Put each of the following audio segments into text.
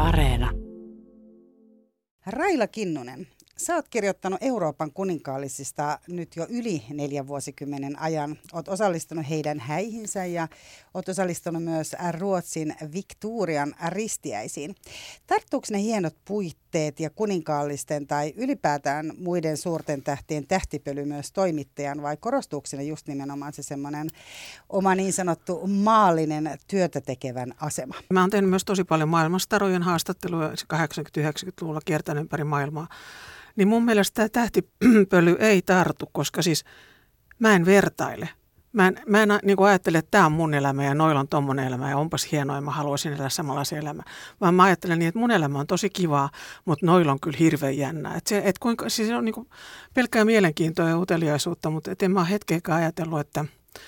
Areena. Raila Kinnunen, sä oot kirjoittanut Euroopan kuninkaallisista nyt jo yli 4 vuosikymmenen ajan. Oot osallistunut heidän häihinsä ja oot osallistunut myös Ruotsin Victorian ristiäisiin. Tarttuuko ne hienot puitteet ja kuninkaallisten tai ylipäätään muiden suurten tähtien tähtipöly myös toimittajan vai korostuuko ne just nimenomaan se semmoinen oma niin sanottu maallinen työtä tekevän asema? Mä oon tehnyt myös tosi paljon maailmanstarojen haastatteluja 80-90-luvulla kiertänyt ympäri maailmaa. Niin mun mielestä tämä tähtipöly ei tartu, koska siis mä en vertaile. Mä en niin kuin ajattele, että tämä on mun elämä ja noilla on tommonen elämä ja onpas hienoa ja mä haluaisin elää samanlaisen elämä. Vaan mä ajattelen niin, että mun elämä on tosi kivaa, mutta noilla on kyllä hirveän jännää. Siis se on niin kuin pelkkää mielenkiintoa ja uteliaisuutta, mutta en mä ole hetkeäkään ajatellut, että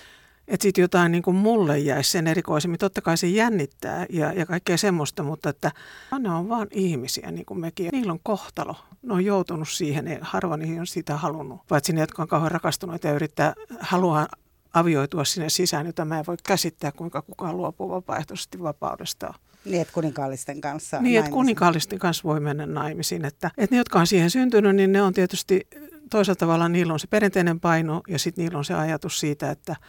siitä jotain niin kuin mulle jäisi sen erikoisemmin. Totta kai se jännittää ja kaikkea semmoista, mutta että ne on vaan ihmisiä niin kuin mekin. Niillä on kohtalo. Ne on joutunut siihen, harva niihin on sitä halunnut. Paitsi ne, jotka on kauhean rakastuneita ja haluaa avioitua sinne sisään, jota mä en voi käsittää, kuinka kukaan luopuu vapaaehtoisesti vapaudestaan. Niin, että kuninkaallisten kanssa niin, että kuninkaallisten kanssa voi mennä naimisiin. Että ne, jotka on siihen syntynyt, niin ne on tietysti toisella tavalla, niillä on se perinteinen paino ja sitten niillä on se ajatus siitä,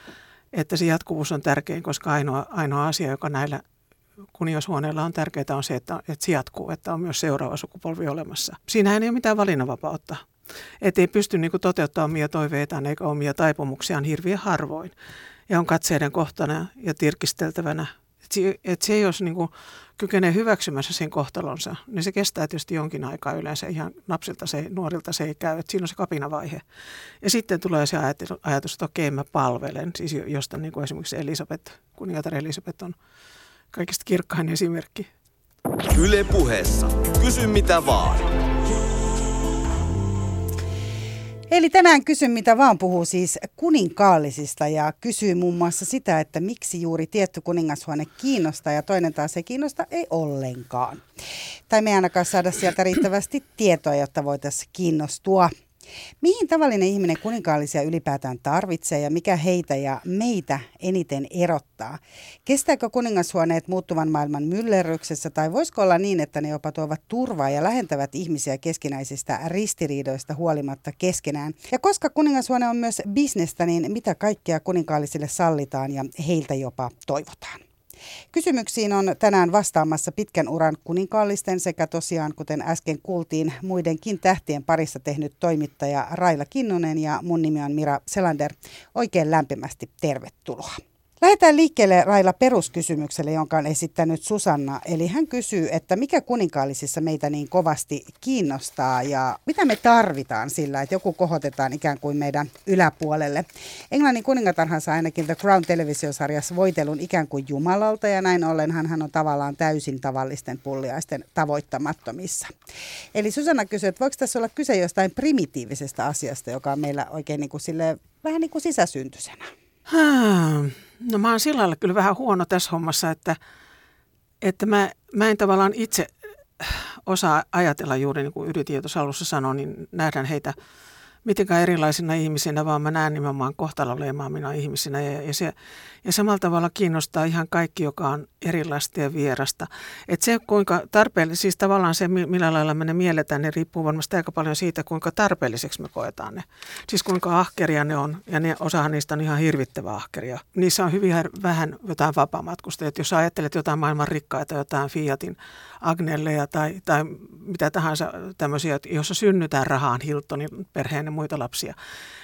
että se jatkuvuus on tärkein, koska ainoa asia, joka näillä kuningashuoneilla on tärkeää, on se, että se jatkuu, että on myös seuraava sukupolvi olemassa. Siinähän ei ole mitään valinnanvapautta. Että ei pysty niin kuin toteuttamaan omia toiveitaan eikä omia taipumuksiaan hirveän harvoin. Ja on katseiden kohtana ja tirkisteltävänä. Että se, jos niin kuin kykenee hyväksymässä sen kohtalonsa, niin se kestää tietysti jonkin aikaa yleensä. Ihan nuorilta se ei käy. Että siinä on se kapinavaihe. Ja sitten tulee se ajatus, että okei, mä palvelen. Siis josta niin kuin esimerkiksi kuningatar Elisabeth on kaikista kirkkain esimerkki. Yle Puheessa. Kysy mitä vaan. Eli tänään Kysy mitä vaan puhuu siis kuninkaallisista ja kysyy muun muassa sitä, että miksi juuri tietty kuningashuone kiinnostaa ja toinen taas ei kiinnosta ei ollenkaan. Tai me ei ainakaan saada sieltä riittävästi tietoa, jotta voitaisiin kiinnostua. Mihin tavallinen ihminen kuninkaallisia ylipäätään tarvitsee ja mikä heitä ja meitä eniten erottaa? Kestääkö kuningashuoneet muuttuvan maailman myllerryksessä tai voisiko olla niin, että ne jopa tuovat turvaa ja lähentävät ihmisiä keskinäisistä ristiriidoista huolimatta keskenään? Ja koska kuningashuone on myös bisnestä, niin mitä kaikkea kuninkaallisille sallitaan ja heiltä jopa toivotaan? Kysymyksiin on tänään vastaamassa pitkän uran kuninkaallisten sekä tosiaan, kuten äsken kuultiin, muidenkin tähtien parissa tehnyt toimittaja Raila Kinnunen ja mun nimi on Mira Selander. Oikein lämpimästi tervetuloa. Lähdetään liikkeelle Raila peruskysymykselle, jonka on esittänyt Susanna. Eli hän kysyy, että mikä kuninkaallisissa meitä niin kovasti kiinnostaa ja mitä me tarvitaan sillä, että joku kohotetaan ikään kuin meidän yläpuolelle. Englannin kuningatarhan saa ainakin The Crown-televisiosarjassa voitelun ikään kuin Jumalalta ja näin ollen hän on tavallaan täysin tavallisten pulliaisten tavoittamattomissa. Eli Susanna kysyy, että voiko tässä olla kyse jostain primitiivisesta asiasta, joka on meillä oikein niin kuin silleen, vähän niin kuin sisäsyntyisenä? No mä oon sillä lailla kyllä vähän huono tässä hommassa, että mä en tavallaan itse osaa ajatella juuri niin kuin yritin jo tuossa alussa sanoa, niin nähdään heitä mitenkään erilaisina ihmisinä, vaan mä näen nimenomaan kohtaloleimaamina ihmisinä ja samalla tavalla kiinnostaa ihan kaikki, joka on erilaista ja vierasta. Että se kuinka tarpeellisesti, siis tavallaan se millä lailla me ne mielletään, ne riippuu varmasti aika paljon siitä, kuinka tarpeelliseksi me koetaan ne. Siis kuinka ahkeria ne on ja osahan niistä on ihan hirvittävän ahkeria. Niissä on hyvin vähän jotain vapaamatkustajia. Jos ajattelet jotain maailman rikkaita, jotain Fiatin Agnelleja tai mitä tahansa tämmöisiä, jossa synnytään rahaan Hiltonin perheen ja muita lapsia,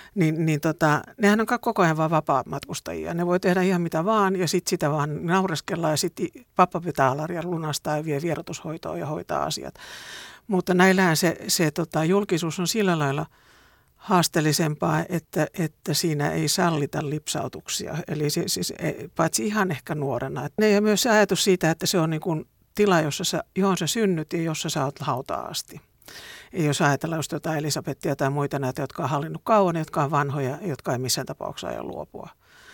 nehän on koko ajan vaan vapaamatkustajia. Ne voi tehdä ihan mitä vaan ja sitten sitä vaan naureskellaan ja sitten pappa pitää alaria lunastaa ja vie vierotushoitoa ja hoitaa asiat. Mutta näillähän se julkisuus on sillä lailla haasteellisempaa, että siinä ei sallita lipsautuksia. Eli siis paitsi ihan ehkä nuorena. Ja myös se ajatus siitä, että se on niin kuin tila, johon sä synnyt ja jossa sä oot hautaan asti. Ja jos ajatellaan just jotain Elisabetia tai muita näitä, jotka on hallinnut kauan, jotka on vanhoja, jotka ei missään tapauksessa aio luopua.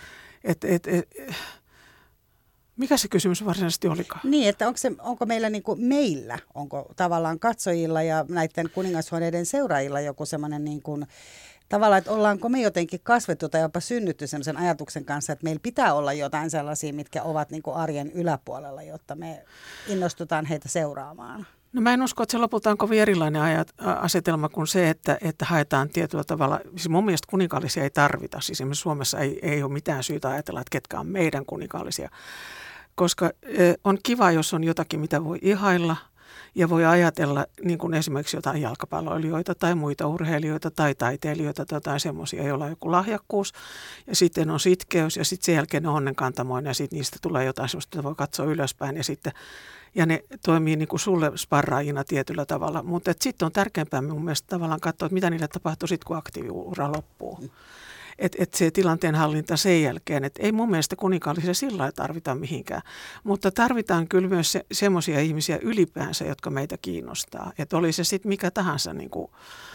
Mikä se kysymys varsinaisesti olikaan? Niin, että onko meillä, niin kuin meillä, onko tavallaan katsojilla ja näiden kuningashuoneiden seuraajilla joku semmoinen niin kuin tavallaan, että ollaanko me jotenkin kasvettu tai jopa synnytty sellaisen ajatuksen kanssa, että meillä pitää olla jotain sellaisia, mitkä ovat niin kuin arjen yläpuolella, jotta me innostutaan heitä seuraamaan. No mä en usko, että se lopulta on kovin erilainen asetelma kuin se, että haetaan tietyllä tavalla. Siis mun mielestä kuninkaallisia ei tarvita. Siis esimerkiksi Suomessa ei ole mitään syytä ajatella, että ketkä on meidän kuninkaallisia. Koska on kiva, jos on jotakin, mitä voi ihailla ja voi ajatella niin kuin esimerkiksi jotain jalkapalloilijoita tai muita urheilijoita tai taiteilijoita tai jotain semmoisia, joilla on joku lahjakkuus ja sitten on sitkeys ja sitten sen jälkeen on onnenkantamoinen ja sitten niistä tulee jotain semmoista, että voi katsoa ylöspäin ja ne toimii niin kuin sulle sparraajina tietyllä tavalla. Mutta sitten on tärkeämpää mun mielestä tavallaan katsoa, että mitä niille tapahtuu sitten, kun aktiiviura loppuu. Että se tilanteen hallinta sen jälkeen, että ei mun mielestä kuninkaallisia sillä lailla tarvita mihinkään. Mutta tarvitaan kyllä myös semmoisia ihmisiä ylipäänsä, jotka meitä kiinnostaa. Että oli se sitten mikä tahansa, niin kuin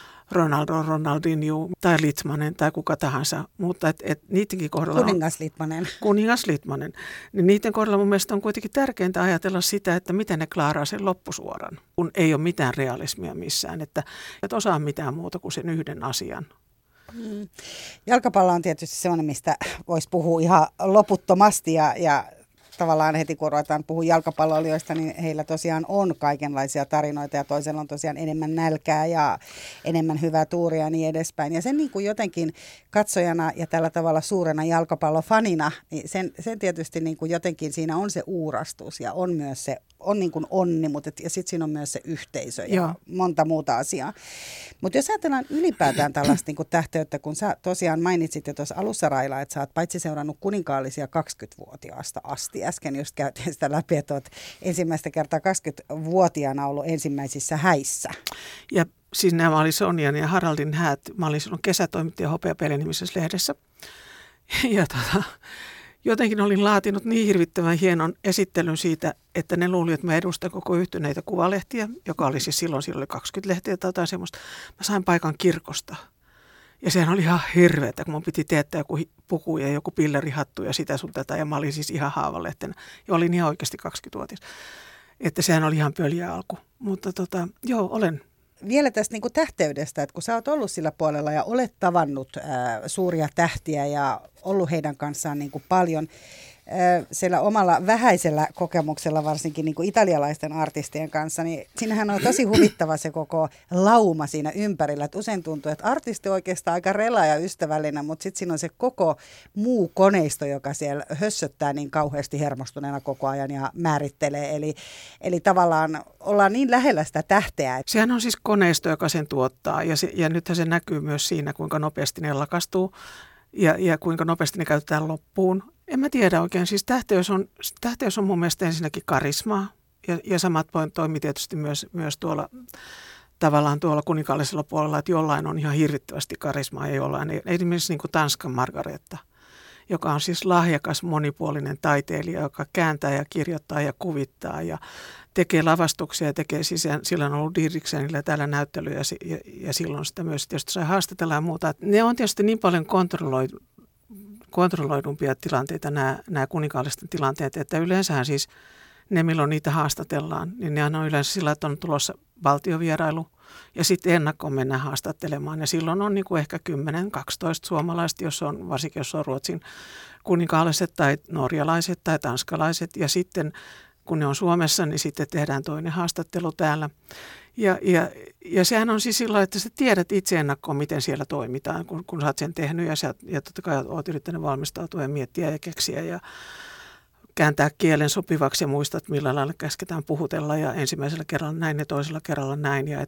Ronaldinho tai Litmanen tai kuka tahansa. Mutta niidenkin kohdalla Kuningas Litmanen. Niin niiden kohdalla mun mielestä on kuitenkin tärkeintä ajatella sitä, että miten ne klaaraa sen loppusuoran, kun ei ole mitään realismia missään. Että et osaa mitään muuta kuin sen yhden asian. Jalkapallo on tietysti sellainen, mistä voisi puhua ihan loputtomasti ja tavallaan heti kun ruvetaan puhua jalkapalloilijoista, niin heillä tosiaan on kaikenlaisia tarinoita ja toisella on tosiaan enemmän nälkää ja enemmän hyvää tuuria ja niin edespäin. Ja sen niin kuin jotenkin katsojana ja tällä tavalla suurena jalkapallofanina, niin sen tietysti niin kuin jotenkin siinä on se uurastus ja on myös se on niin kuin onni, mutta ja sitten siinä on myös se yhteisö ja monta muuta asiaa. Mutta jos ajatellaan ylipäätään tällaista niin kuin tähteyttä, kun sä tosiaan mainitsit jo tuossa alussa, Raila, että sä oot paitsi seurannut kuninkaallisia 20-vuotiaasta asti. Äsken just käytiin sitä läpi, että oot ensimmäistä kertaa 20-vuotiaana ollut ensimmäisissä häissä. Ja siis nämä oli Sonjan ja Haraldin häät. Mä olin silloin kesätoimittaja Hopeapeli-nimisessä lehdessä. Ja jotenkin olin laatinut niin hirvittävän hienon esittelyn siitä, että ne luuli, että mä edustan koko yhtyneitä kuvalehtiä, joka oli siis silloin oli 20 lehtiä tai jotain semmoista. Mä sain paikan kirkosta. Ja sehän oli ihan hirveätä, kun mun piti teettää joku puku ja joku pillerihattu ja sitä sun tätä. Ja mä olin siis ihan haavalehtenä. Ja olin ihan oikeasti 20-vuotias. Että sehän oli ihan pöljä alku. Mutta olen. Vielä tästä niin kuin tähteydestä, että kun sä oot ollut sillä puolella ja olet tavannut suuria tähtiä ja ollut heidän kanssaan niin kuin paljon siellä omalla vähäisellä kokemuksella, varsinkin niin kuin italialaisten artistien kanssa, niin siinähän on tosi huvittava se koko lauma siinä ympärillä. Että usein tuntuu, että artisti on oikeastaan aika rela ja ystävällinen, mutta sitten siinä on se koko muu koneisto, joka siellä hössöttää niin kauheasti hermostuneena koko ajan ja määrittelee. Eli tavallaan ollaan niin lähellä sitä tähteä. Sehän on siis koneisto, joka sen tuottaa ja nythän se näkyy myös siinä, kuinka nopeasti ne lakastuu ja kuinka nopeasti ne käytetään loppuun. En mä tiedä oikein. Siis tähteys on mun mielestä ensinnäkin karismaa ja samat toimii tietysti myös tavallaan tuolla kuninkaallisella puolella, että jollain on ihan hirvittävästi karismaa ja jollain. Esimerkiksi niin kuin Tanskan Margareta, joka on siis lahjakas, monipuolinen taiteilija, joka kääntää ja kirjoittaa ja kuvittaa ja tekee lavastuksia ja tekee sillä on ollut Diriksenillä täällä näyttelyä ja silloin sitä myös tietysti sai haastatella ja muuta. Ne on tietysti niin paljon kontrolloidumpia tilanteita, nämä kuninkaallisten tilanteet, että yleensähän siis ne, milloin niitä haastatellaan, niin ne on yleensä sillä, että on tulossa valtiovierailu ja sitten ennakkoon mennään haastattelemaan. Ja silloin on niin kuin ehkä 10-12 suomalaiset, varsinkin jos on Ruotsin kuninkaalliset tai norjalaiset tai tanskalaiset. Ja sitten kun ne on Suomessa, niin sitten tehdään toinen haastattelu täällä. Ja sehän on siis sillä, että sä tiedät itse ennakkoon, miten siellä toimitaan, kun sä oot sen tehnyt ja totta kai oot yrittänyt valmistautua ja miettiä ja keksiä ja kääntää kielen sopivaksi ja muistat, millä lailla käsketään puhutella ja ensimmäisellä kerralla näin ja toisella kerralla näin. Ja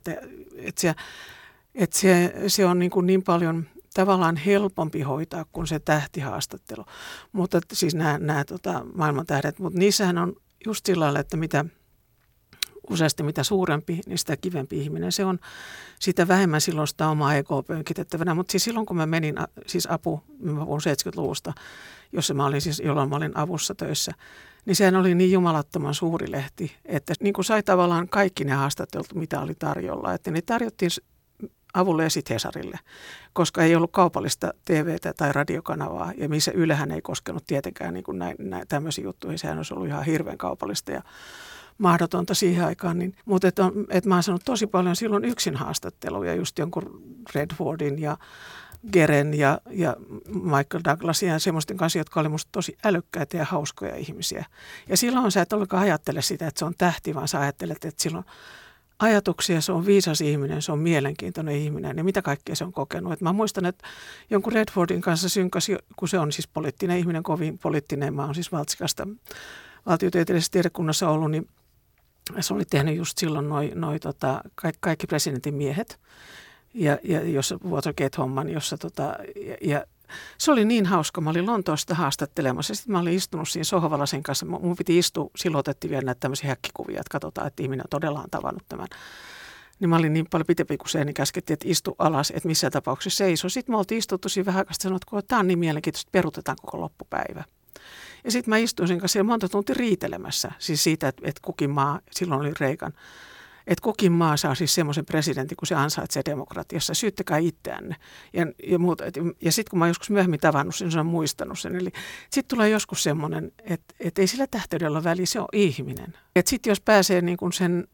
se on niin paljon tavallaan helpompi hoitaa kuin se tähtihaastattelu. Mutta siis nämä maailman tähdet, mutta niissähän on just sillä lailla, että useasti mitä suurempi, niin sitä kivempi ihminen se on. Sitä vähemmän silloin sitä omaa egoa pönkitettävänä. Mutta siis silloin, kun mä menin mä puhun 70-luvusta, jolloin mä olin avussa töissä, niin sehän oli niin jumalattoman suuri lehti, että niin kuin sai tavallaan kaikki ne haastattelut, mitä oli tarjolla. Että ne tarjottiin avulle ja sitten Hesarille, koska ei ollut kaupallista TVtä tai radiokanavaa, ja missä Ylehän ei koskenut tietenkään niin kuin tämmöisiin juttuihin. Sehän olisi ollut ihan hirveän kaupallista ja mahdotonta siihen aikaan. Mutta mä oon saanut tosi paljon silloin yksin haastatteluja, just jonkun Redfordin ja Geren ja Michael Douglasin ja semmoisten kanssa, jotka oli musta tosi älykkäitä ja hauskoja ihmisiä. Ja silloin sä et ollenkaan ajattele sitä, että se on tähti, vaan sä ajattelet, että silloin ajatuksia, se on viisas ihminen, se on mielenkiintoinen ihminen ja mitä kaikkea se on kokenut. Et mä muistan, että jonkun Redfordin kanssa synkäsi, kun se on siis poliittinen ihminen, kovin poliittinen, mä oon siis Valtsikasta valtiotieteellisessä tiedekunnassa ollut, niin se oli tehnyt just silloin kaikki presidentin miehet. Ja jossa Watergate-homman, jossa ja se oli niin hauska. Mä olin Lontoosta haastattelemassa. Sitten mä olin istunut siinä sohvalla sen kanssa. Mun piti istua, silloin otettiin vielä näitä tämmöisiä häkkikuvia, että katsotaan, että ihminen todella on tavannut tämän. Niin mä olin niin paljon pitempi kuin se, niin käskettiin, että istu alas, että missä tapauksessa seisoo. Sitten me oltiin istuttu siinä vähän aikaa, sanoin, että tämä on niin mielenkiintoista, että peruutetaan koko loppupäivä. Ja sitten mä istuin sen kanssa siellä monta tuntia riitelemässä, siis siitä, että kukin maa, silloin oli Reagan, että kukin maa saa siis semmoisen presidentin, kun se ansaitsee demokratiassa. Syyttäkää itseänne. Ja sitten kun mä joskus myöhemmin tavannut sen, se on muistanut sen. Eli sitten tulee joskus semmoinen, että ei sillä tähteydellä ole väliä, se on ihminen. Että sitten jos pääsee niin kuin sen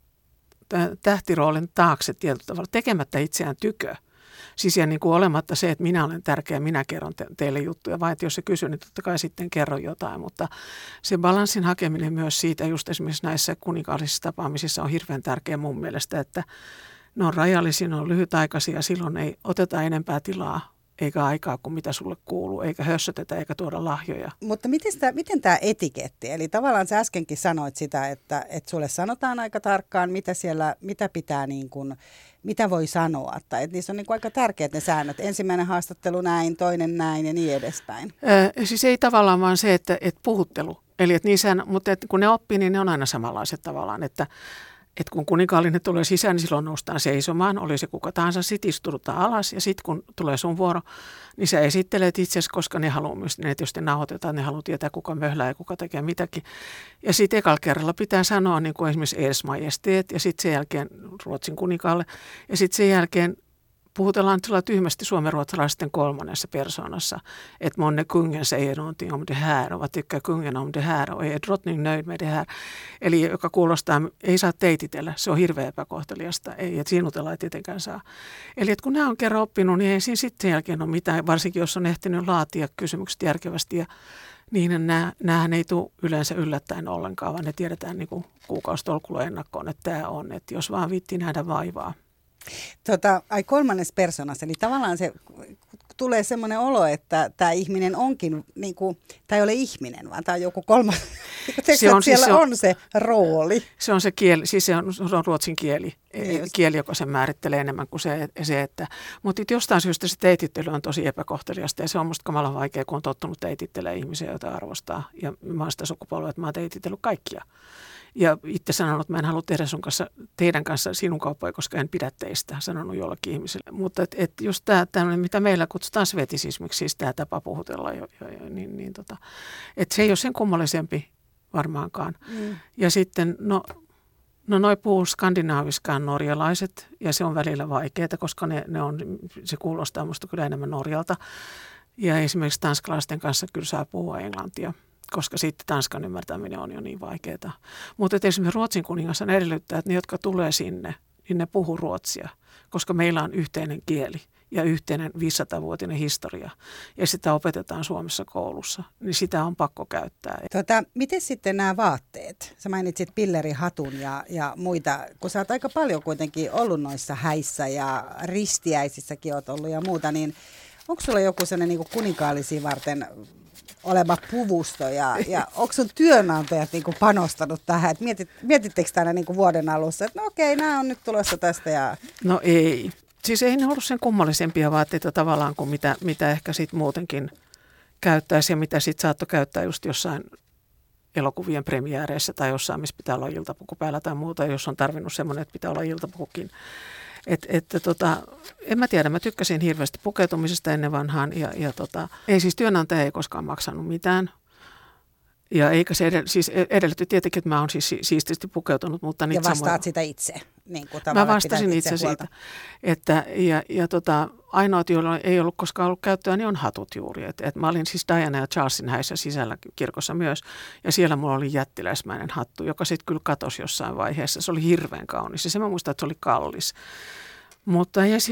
tähtiroolin taakse tietyllä tavalla, tekemättä itseään tykö, siis ja niin kuin olematta se, että minä olen tärkeä, minä kerron teille juttuja, vaan että jos se kysyy, niin totta kai sitten kerron jotain. Mutta se balanssin hakeminen myös siitä, just esimerkiksi näissä kuninkaallisissa tapaamisissa on hirveän tärkeä mun mielestä, että ne on rajallisia, ne on lyhytaikaisia, silloin ei oteta enempää tilaa eikä aikaa kuin mitä sulle kuuluu, eikä hössötetä eikä tuoda lahjoja. Mutta miten tämä etiketti, eli tavallaan sä äskenkin sanoit sitä, että sulle sanotaan aika tarkkaan, mitä pitää niin kuin, mitä voi sanoa, tai että niissä on niin kuin aika tärkeät ne säännöt. Ensimmäinen haastattelu näin, toinen näin ja niin edespäin. Siis ei tavallaan vaan se, että puhuttelu, eli että niissä, mutta että kun ne oppii, niin ne on aina samanlaiset tavallaan, että kun kuninkaallinen tulee sisään, niin silloin noustaan seisomaan, oli se kuka tahansa, sit istutaan alas ja sitten kun tulee sun vuoro, niin sä esittelet itsesi, koska ne haluaa myös, ne tietysti nauhoitetaan, ne haluaa tietää kuka möhlää ja kuka tekee mitäkin. Ja sitten ekalla kerralla pitää sanoa niin kuin esimerkiksi Ers Majesteet ja sitten sen jälkeen Ruotsin kuninkaalle ja sitten sen jälkeen puhutellaan sillä tyhmästi suomenruotsalaisten kolmannessa persoonassa, että monne kungen säger någonting om det här och vad tycker kungen om det här och är drottning nöjd med det här. Eli joka kuulostaa, ei saa teititellä, se on hirveän epäkohteliasta, ei, että siinutella ei tietenkään saa. Eli että kun nämä on kerran oppinut, niin ei siinä sitten sen jälkeen ole mitään, varsinkin jos on ehtinyt laatia kysymykset järkevästi ja niin näähän ei tule yleensä yllättäen ollenkaan, vaan ne tiedetään niin kuin kuukausitolkulla ennakkoon, että tämä on, että jos vaan viittiin nähdä vaivaa. Kolmannes persoonassa, eli tavallaan se tulee semmoinen olo, että tämä ihminen onkin, niin kuin, tämä ei ole ihminen, vaan tämä on joku kolmas. Siellä on se rooli. Se on se kieli, siis se on ruotsin kieli, kieli, joka sen määrittelee enemmän kuin se että. Mutta jostain syystä se teitittely on tosi epäkohteliasta ja se on musta kamalan vaikea, kun on tottunut teitittelemään ihmisiä, joita arvostaa. Ja mä oon sitä sukupolvea, että mä oon teititellyt kaikkia. Ja itse sanonut, että mä en halua tehdä teidän kanssa sinun kauppoja, koska en pidä teistä, sanonut jollekin ihmiselle. Mutta just tämä, mitä meillä kutsutaan svetisismiksi, siis tämä tapa puhutella, että se ei ole sen kummallisempi varmaankaan. Ja sitten, noi puhuu skandinaaviskaan norjalaiset, ja se on välillä vaikeaa, koska se kuulostaa musta kyllä enemmän Norjalta. Ja esimerkiksi tanskalaisten kanssa kyllä saa puhua englantia, koska sitten Tanskan ymmärtäminen on jo niin vaikeaa. Mutta esimerkiksi Ruotsin kuningas edellyttää, että ne, jotka tulee sinne, niin ne puhuu ruotsia, koska meillä on yhteinen kieli ja yhteinen 500-vuotinen historia. Ja sitä opetetaan Suomessa koulussa, niin sitä on pakko käyttää. Miten sitten nämä vaatteet? Sä mainitsit pillerihatun ja muita, kun sä oot aika paljon kuitenkin ollut noissa häissä ja ristiäisissäkin oot ollut ja muuta, niin onko sulla joku sellainen niin kuin kuninkaallisia varten oleva puvusto ja onko sun työnantajat niin kuin panostanut tähän? Et mietittekö täällä niin kuin vuoden alussa, että no okei, nämä on nyt tulossa tästä? No ei. Siis ei ne ollut sen kummallisempia vaatteita tavallaan kuin mitä ehkä sitten muutenkin käyttäisi ja mitä sitten saattoi käyttää just jossain elokuvien premiääreissä tai jossain, missä pitää olla iltapuku päällä tai muuta, jos on tarvinnut semmoinen, että pitää olla iltapukukin. En mä tiedä, mä tykkäsin hirveästi pukeutumisesta ennen vanhaan ei siis työnantaja ei koskaan maksanut mitään. Ja eikä se edellytti tietenkin, että mä oon siis siististi pukeutunut, mutta niitä ja vastaat sitä itse? Niin kuin mä vastasin itse siitä. Ainoat, joilla ei ollut koskaan ollut käyttöä, niin on hatut juuri. Mä olin siis Diana ja Charlesin häissä sisällä kirkossa myös, ja siellä mulla oli jättiläismäinen hattu, joka sitten kyllä katosi jossain vaiheessa. Se oli hirveän kaunis, ja se mä muistan, että se oli kallis. Mutta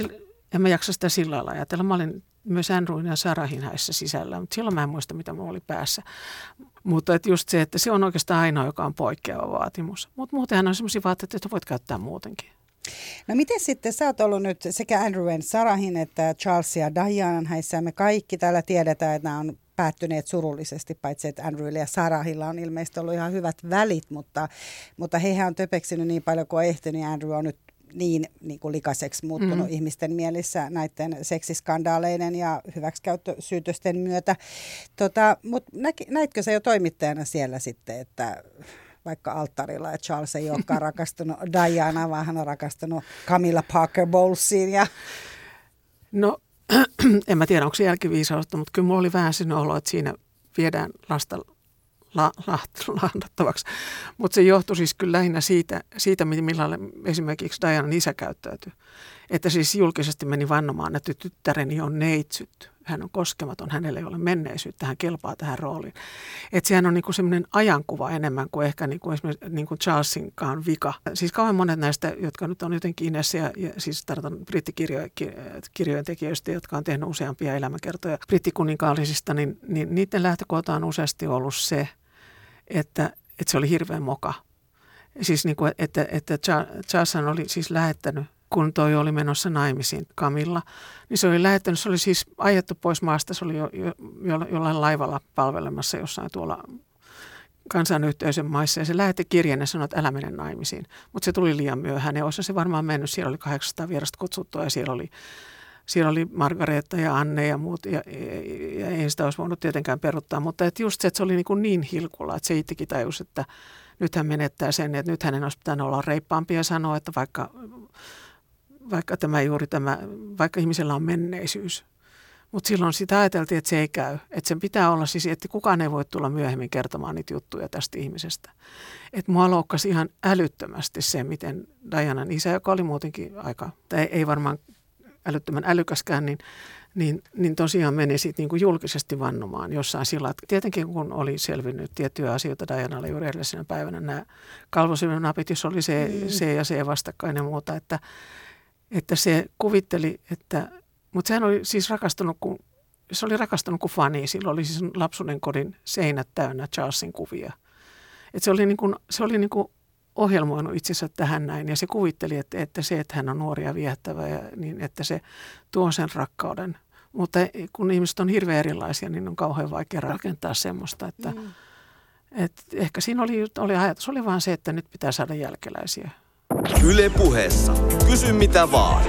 En mä jaksa sitä sillä lailla ajatella. Mä olin myös Andrewn ja Sarahin häissä sisällä, mutta silloin mä en muista, mitä mulla oli päässä. Mutta just se, että se on oikeastaan ainoa, joka on poikkeava vaatimus. Mutta muutenhan on sellaisia vaatteita, että voit käyttää muutenkin. No miten sitten, sä oot ollut nyt sekä Andrewen, Sarahin että Charles ja Dianan häissä, ja me kaikki täällä tiedetään, että nämä on päättyneet surullisesti, paitsi että Andrewilla ja Sarahilla on ilmeisesti ollut ihan hyvät välit, mutta heihän on töpeksinyt niin paljon kuin on ehtinyt, ja Andrew on nyt niin kuin likaiseksi muuttunut ihmisten mielissä näiden seksiskandaaleiden ja hyväksikäyttösyytösten myötä. Mutta näitkö sä jo toimittajana siellä sitten, että vaikka alttarilla, että Charles ei olekaan rakastunut Dianaan, vaan hän on rakastunut Camilla Parker Bowlesiin? No, en mä tiedä, onko se jälkiviisautta, mutta kyllä mulla oli vähän sinne olo, että siinä viedään lasta lahdattavaksi. Mutta se johtui siis kyllä lähinnä siitä millä esimerkiksi Dianan isä käyttäytyi. Että siis julkisesti meni vannomaan, että tyttäreni on neitsytty. Hän on koskematon, hänellä ei ole menneisyyttä, hän kelpaa tähän rooliin. Että sehän on niinku semmoinen ajankuva enemmän kuin ehkä niinku esimerkiksi niinku Charlesinkaan vika. Siis kauan monet näistä, jotka nyt on jotenkin Inessä ja siis tarkoitan brittikirjojen tekijöistä, jotka on tehnyt useampia elämäkertoja brittikuninkaallisista, niin niiden lähtökohta on useasti ollut se, että se oli hirveän moka. Siis niinku, että Charles oli siis lähettänyt, kun toi oli menossa naimisiin Camilla, niin se oli siis ajettu pois maasta, se oli jollain laivalla palvelemassa jossain tuolla kansanyhteisön maissa, ja se lähetti kirjeen ja sanoi, että älä mene naimisiin. Mutta se tuli liian myöhään, ja olisi se varmaan mennyt, siellä oli 800 vierasta kutsuttua, ja siellä oli Margareta ja Anne ja muut, ja ei sitä olisi voinut tietenkään peruttaa, mutta että just se, että se oli niin hilkulla, että se itsekin tajusi, että nyt hän menettää sen, että nyt hänen olisi pitänyt olla reippaampi ja sanoa, että vaikka ihmisellä on menneisyys. Mutta silloin sitä ajateltiin, että se ei käy. Että sen pitää olla siis, että kukaan ei voi tulla myöhemmin kertomaan niitä juttuja tästä ihmisestä. Että mua loukkasi ihan älyttömästi se, miten Dianan isä, joka oli muutenkin aika, tai ei varmaan älyttömän älykäskään, niin tosiaan meni sitten niinku julkisesti vannomaan jossain sillä, että tietenkin kun oli selvinnyt tiettyjä asioita Dianalle juuri edellisenä päivänä, nämä kalvosilmänapit, jos oli se ja se vastakkain ja muuta, että se kuvitteli, mutta sehän oli siis rakastunut kuin fani, sillä oli siis lapsuuden kodin seinät täynnä Charlesin kuvia. Että se oli niin kuin ohjelmoinut itsensä tähän näin, ja se kuvitteli, että se, että hän on nuori ja viehättävä, niin että se tuo sen rakkauden. Mutta kun ihmiset on hirveän erilaisia, niin on kauhean vaikea rakentaa semmoista, että ehkä siinä oli ajatus, oli vaan se, että nyt pitää saada jälkeläisiä. Yle Puheessa. Kysy mitä vaan.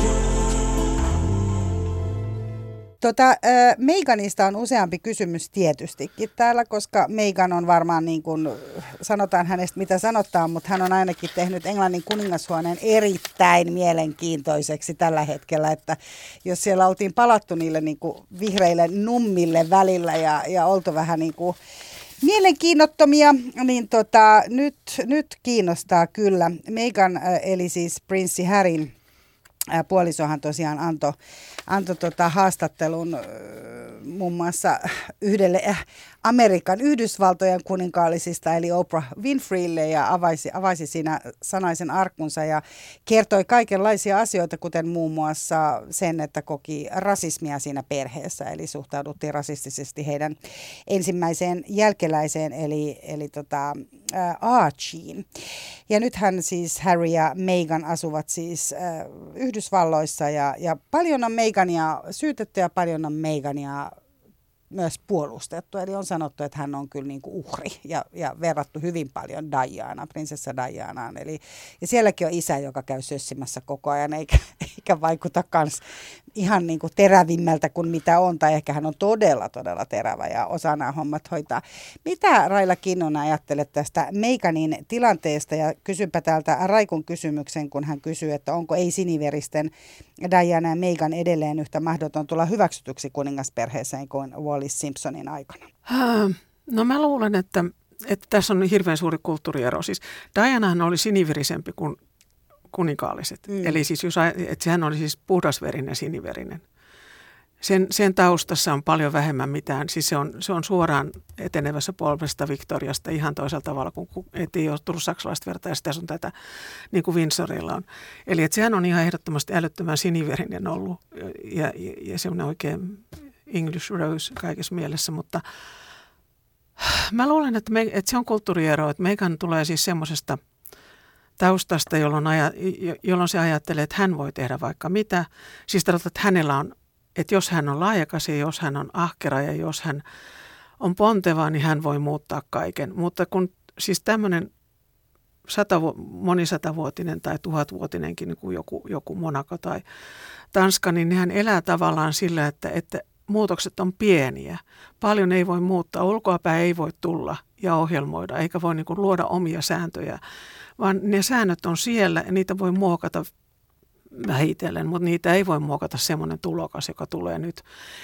Meghanista on useampi kysymys tietystikin täällä, koska Meghan on varmaan niin kuin, sanotaan hänestä mitä sanotaan, mutta hän on ainakin tehnyt Englannin kuningashuoneen erittäin mielenkiintoiseksi tällä hetkellä, että jos siellä oltiin palattu niille niin kuin vihreille nummille välillä ja oltu vähän niin kuin mielenkiinnottomia, niin nyt kiinnostaa kyllä. Meghan, eli siis prinssi Harryn puolisohan tosiaan antoi haastattelun muun muassa yhdelle Yhdysvaltojen kuninkaallisista, eli Oprah Winfreylle, ja avaisi siinä sanaisen arkkunsa ja kertoi kaikenlaisia asioita, kuten muun muassa sen, että koki rasismia siinä perheessä, eli suhtauduttiin rasistisesti heidän ensimmäiseen jälkeläiseen, eli Archieen. Ja nythän siis Harry ja Meghan asuvat siis Yhdysvalloissa, ja paljon on Meghania syytetty ja paljon on Meghania myös puolustettu. Eli on sanottu, että hän on kyllä niin kuin uhri ja verrattu hyvin paljon prinsessa Dianaan. Ja sielläkin on isä, joka käy sössimässä koko ajan eikä vaikuta kans ihan niin kuin terävimmältä kuin mitä on. Tai ehkä hän on todella, todella terävä ja osaa nämä hommat hoitaa. Mitä Raila Kinnunen ajattelet tästä Meghanin tilanteesta? Ja kysynpä täältä Raikun kysymyksen, kun hän kysyy, että onko ei-siniveristen Diana ja Meghan edelleen yhtä mahdoton tulla hyväksytyksi kuningasperheeseen kuin Wallis Simpsonin aikana? No mä luulen, että tässä on hirveän suuri kulttuuriero. Siis Dianahan oli siniverisempi kuin kuninkaalliset. Eli siis että sehän oli siis puhdasverinen siniverinen. sen taustassa on paljon vähemmän mitään. Siis se on suoraan etenevässä polvesta Victoriasta ihan toisella tavalla, kun ei ole tullut saksalaista verta ja sitä sun tätä, niin kuin Windsorilla on. Eli että sehän on ihan ehdottomasti älyttömän siniverinen ollut ja semmoinen oikein English rose kaikessa mielessä, mutta mä luulen, että se on kulttuuriero, että Meghan tulee siis semmoisesta taustasta, jolloin se ajattelee, että hän voi tehdä vaikka mitä. Siis tarkoittaa, että hänellä on, että jos hän on laajakas ja jos hän on ahkera ja jos hän on ponteva, niin hän voi muuttaa kaiken. Mutta kun siis tämmöinen monisatavuotinen tai 1000-vuotinenkin, niin kuin joku Monaco tai Tanska, niin hän elää tavallaan sillä, että muutokset on pieniä. Paljon ei voi muuttaa, ulkoapäin ei voi tulla ja ohjelmoida, eikä voi niin kuin luoda omia sääntöjä, vaan ne säännöt on siellä ja niitä voi muokata vähitellen, mutta niitä ei voi muokata semmoinen tulokas, joka tulee nyt.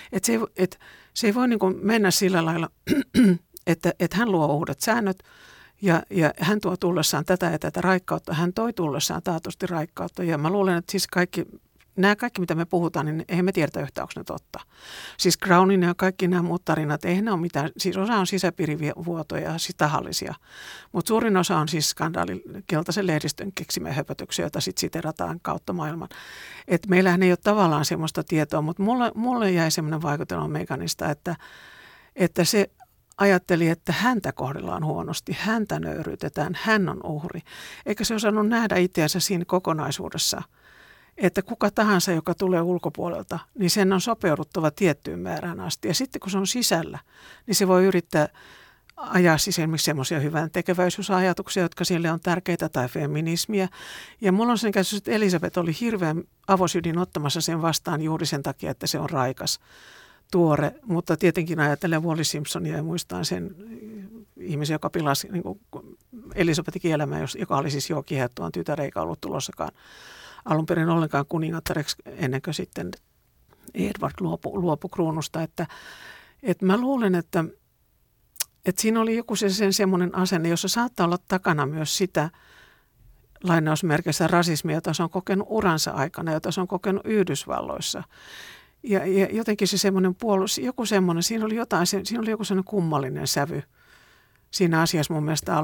Se ei voi niin kuin mennä sillä lailla, että hän luo uudet säännöt ja hän tuo tullessaan tätä ja tätä raikkautta. Hän toi tullessaan taatusti raikkautta ja mä luulen, että siis nämä kaikki, mitä me puhutaan, niin eihän me tiedetä yhtään, onko ne totta. Siis Crownin ja kaikki nämä muut tarinat, eihän ne ole mitään, siis osa on sisäpiirivuotoja, siis tahallisia. Mutta suurin osa on siis keltaisen lehdistön keksimiä höpötyksiä, joita sitten siterataan kautta maailman. Että meillähän ei ole tavallaan semmoista tietoa, mutta mulle jäi semmoinen vaikutelma Meghanista, että se ajatteli, että häntä kohdellaan huonosti, häntä nöyryytetään, hän on uhri. Eikä se osannut nähdä itseänsä siinä kokonaisuudessa, että kuka tahansa, joka tulee ulkopuolelta, niin sen on sopeuduttava tiettyyn määrään asti. Ja sitten kun se on sisällä, niin se voi yrittää ajaa siis esimerkiksi semmoisia hyvän tekeväisyysajatuksia, jotka sille on tärkeitä, tai feminismiä. Ja mulla on sen käsitys, että Elisabeth oli hirveän avosydin ottamassa sen vastaan juuri sen takia, että se on raikas, tuore. Mutta tietenkin ajattelen Wallis Simpsonia ja muistan sen ihmisen, joka pilasi niin Elisabethin elämää, joka oli siis jo kiehättuaan tytär, eikä ollut tulossakaan alun perin ollenkaan kuningattareksi ennen kuin sitten Edward luopui kruunusta. Että mä luulen, että siinä oli joku semmoinen asenne, jossa saattaa olla takana myös sitä lainausmerkeissä rasismia, jota se on kokenut uransa aikana, jota se on kokenut Yhdysvalloissa. Ja jotenkin se semmoinen puolus, joku semmoinen, siinä oli joku semmoinen kummallinen sävy siinä asiassa mun mielestä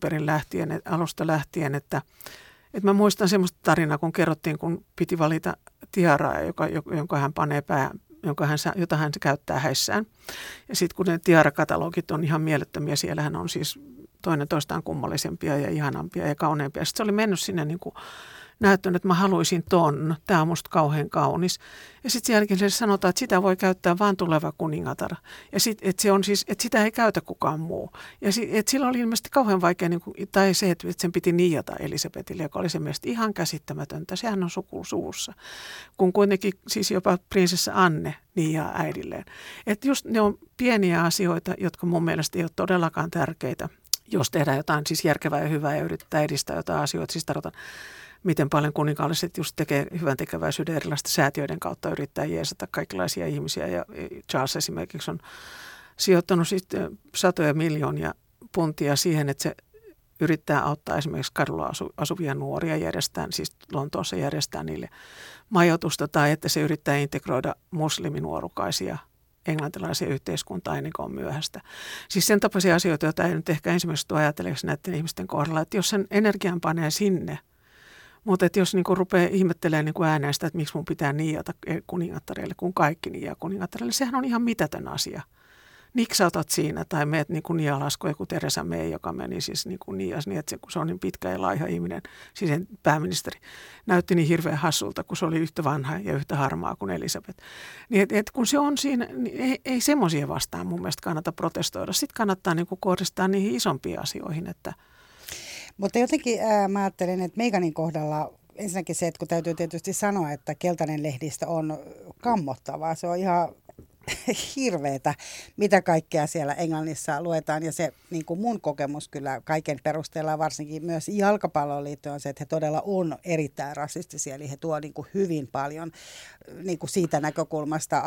alusta lähtien, että mä muistan semmoista tarinaa, kun kerrottiin, kun piti valita tiaraa, jonka hän panee päähän, jota hän käyttää häissään. Ja sitten kun ne tiarakatalogit on ihan mielettömiä, siellähän on siis toinen toistaan kummallisempia ja ihanampia ja kauneampia. Sitten se oli mennyt sinne niin kuin näyttänyt, että mä haluaisin ton, tämä on musta kauhean kaunis. Ja sitten sen jälkeen se sanotaan, että sitä voi käyttää vain tuleva kuningatar. Ja että se on siis, että sitä ei käytä kukaan muu. Ja että sillä oli ilmeisesti kauhean vaikea, niin kuin, tai se, että sen piti niiata Elisabethille, joka oli se mielestä ihan käsittämätöntä. Sehän on suvussa. Kun kuitenkin siis jopa prinsessa Anne niiaa äidilleen. Että just ne on pieniä asioita, jotka mun mielestä ei ole todellakaan tärkeitä, jos tehdään jotain siis järkevää ja hyvää ja yritetään edistää jotain asioita. Siis tarkoitan, miten paljon kuninkaalliset just tekee hyvän tekeväisyyden erilaisten säätiöiden kautta, yrittää jeesata kaikenlaisia ihmisiä. Ja Charles esimerkiksi on sijoittanut sitten satoja miljoonia puntia siihen, että se yrittää auttaa esimerkiksi kadulla asuvia nuoria siis Lontoossa järjestää niille majoitusta, tai että se yrittää integroida musliminuorukaisia englantilaisia yhteiskuntaa ennen kuin on myöhäistä. Siis sen tapaisia asioita, joita ei nyt ehkä ensimmäiseksi tule ajatelleeksi näiden ihmisten kohdalla, että jos sen energian panee sinne, mutta että jos niinku rupeaa ihmettelemään niinku ääneen sitä, että miksi mun pitää niiata kuningattareille, kun kaikki niiaa kuningattareille, sehän on ihan mitätön asia. Niksautat siinä tai meet niin kuin nialaskoja, kuin Theresa May, joka meni siis niin kuin nias, niin että se on niin pitkä ja laiha ihminen, siis pääministeri, näytti niin hirveän hassulta, kun se oli yhtä vanha ja yhtä harmaa kuin Elisabeth. Niin et kun se on siinä, niin ei semmoisia vastaan mun mielestä kannata protestoida. Sitten kannattaa niin kuin kohdistaa niihin isompiin asioihin. Että. Mutta jotenkin mä ajattelen, että Meghanin kohdalla ensinnäkin se, että kun täytyy tietysti sanoa, että keltainen lehdistö on kammottavaa, se on ihan hirveetä, mitä kaikkea siellä Englannissa luetaan. Ja se niin kuin mun kokemus kyllä kaiken perusteella, varsinkin myös jalkapalloon liittyen, on se, että he todella on erittäin rasistisia. Eli he tuovat niin kuin hyvin paljon niin kuin siitä näkökulmasta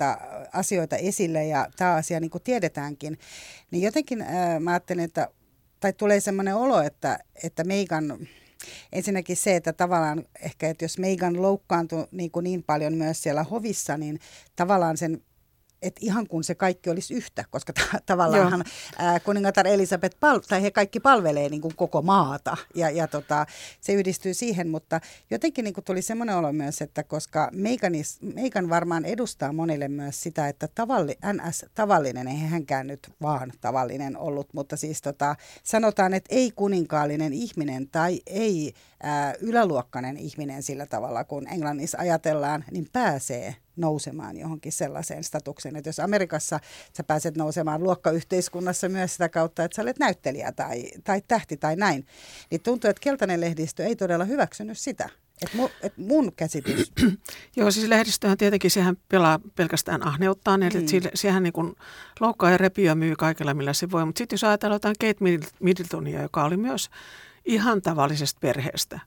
asioita esille. Ja tämä asia niin kuin tiedetäänkin. Niin jotenkin mä ajattelen, että tai tulee semmoinen olo, että Meghan Ensinnäkin se, että tavallaan ehkä, että jos Meghan loukkaantui niin paljon myös siellä hovissa, niin tavallaan sen, että ihan kun se kaikki olisi yhtä, koska tavallaan kuningatar Elisabeth tai he kaikki palvelee niin kuin koko maata ja se yhdistyy siihen, mutta jotenkin niin kuin tuli semmoinen olo myös, että koska Meghan varmaan edustaa monille myös sitä, että NS-tavallinen, ei hänkään nyt vaan tavallinen ollut, mutta siis sanotaan, että ei kuninkaallinen ihminen tai ei yläluokkainen ihminen sillä tavalla, kun Englannissa ajatellaan, niin pääsee nousemaan johonkin sellaiseen statukseen, että jos Amerikassa sä pääset nousemaan luokkayhteiskunnassa myös sitä kautta, että sä olet näyttelijä tai tähti tai näin, niin tuntuu, että keltainen lehdistö ei todella hyväksynyt sitä. Että mun käsitys. Joo, siis lehdistöhän tietenkin, sehän pelaa pelkästään ahneuttaan, eli sehän niin kuin loukkaa ja repii ja myy kaikella millä se voi, mutta sitten jos ajatellaan jotain Kate Middletonia, joka oli myös ihan tavallisesta perheestä,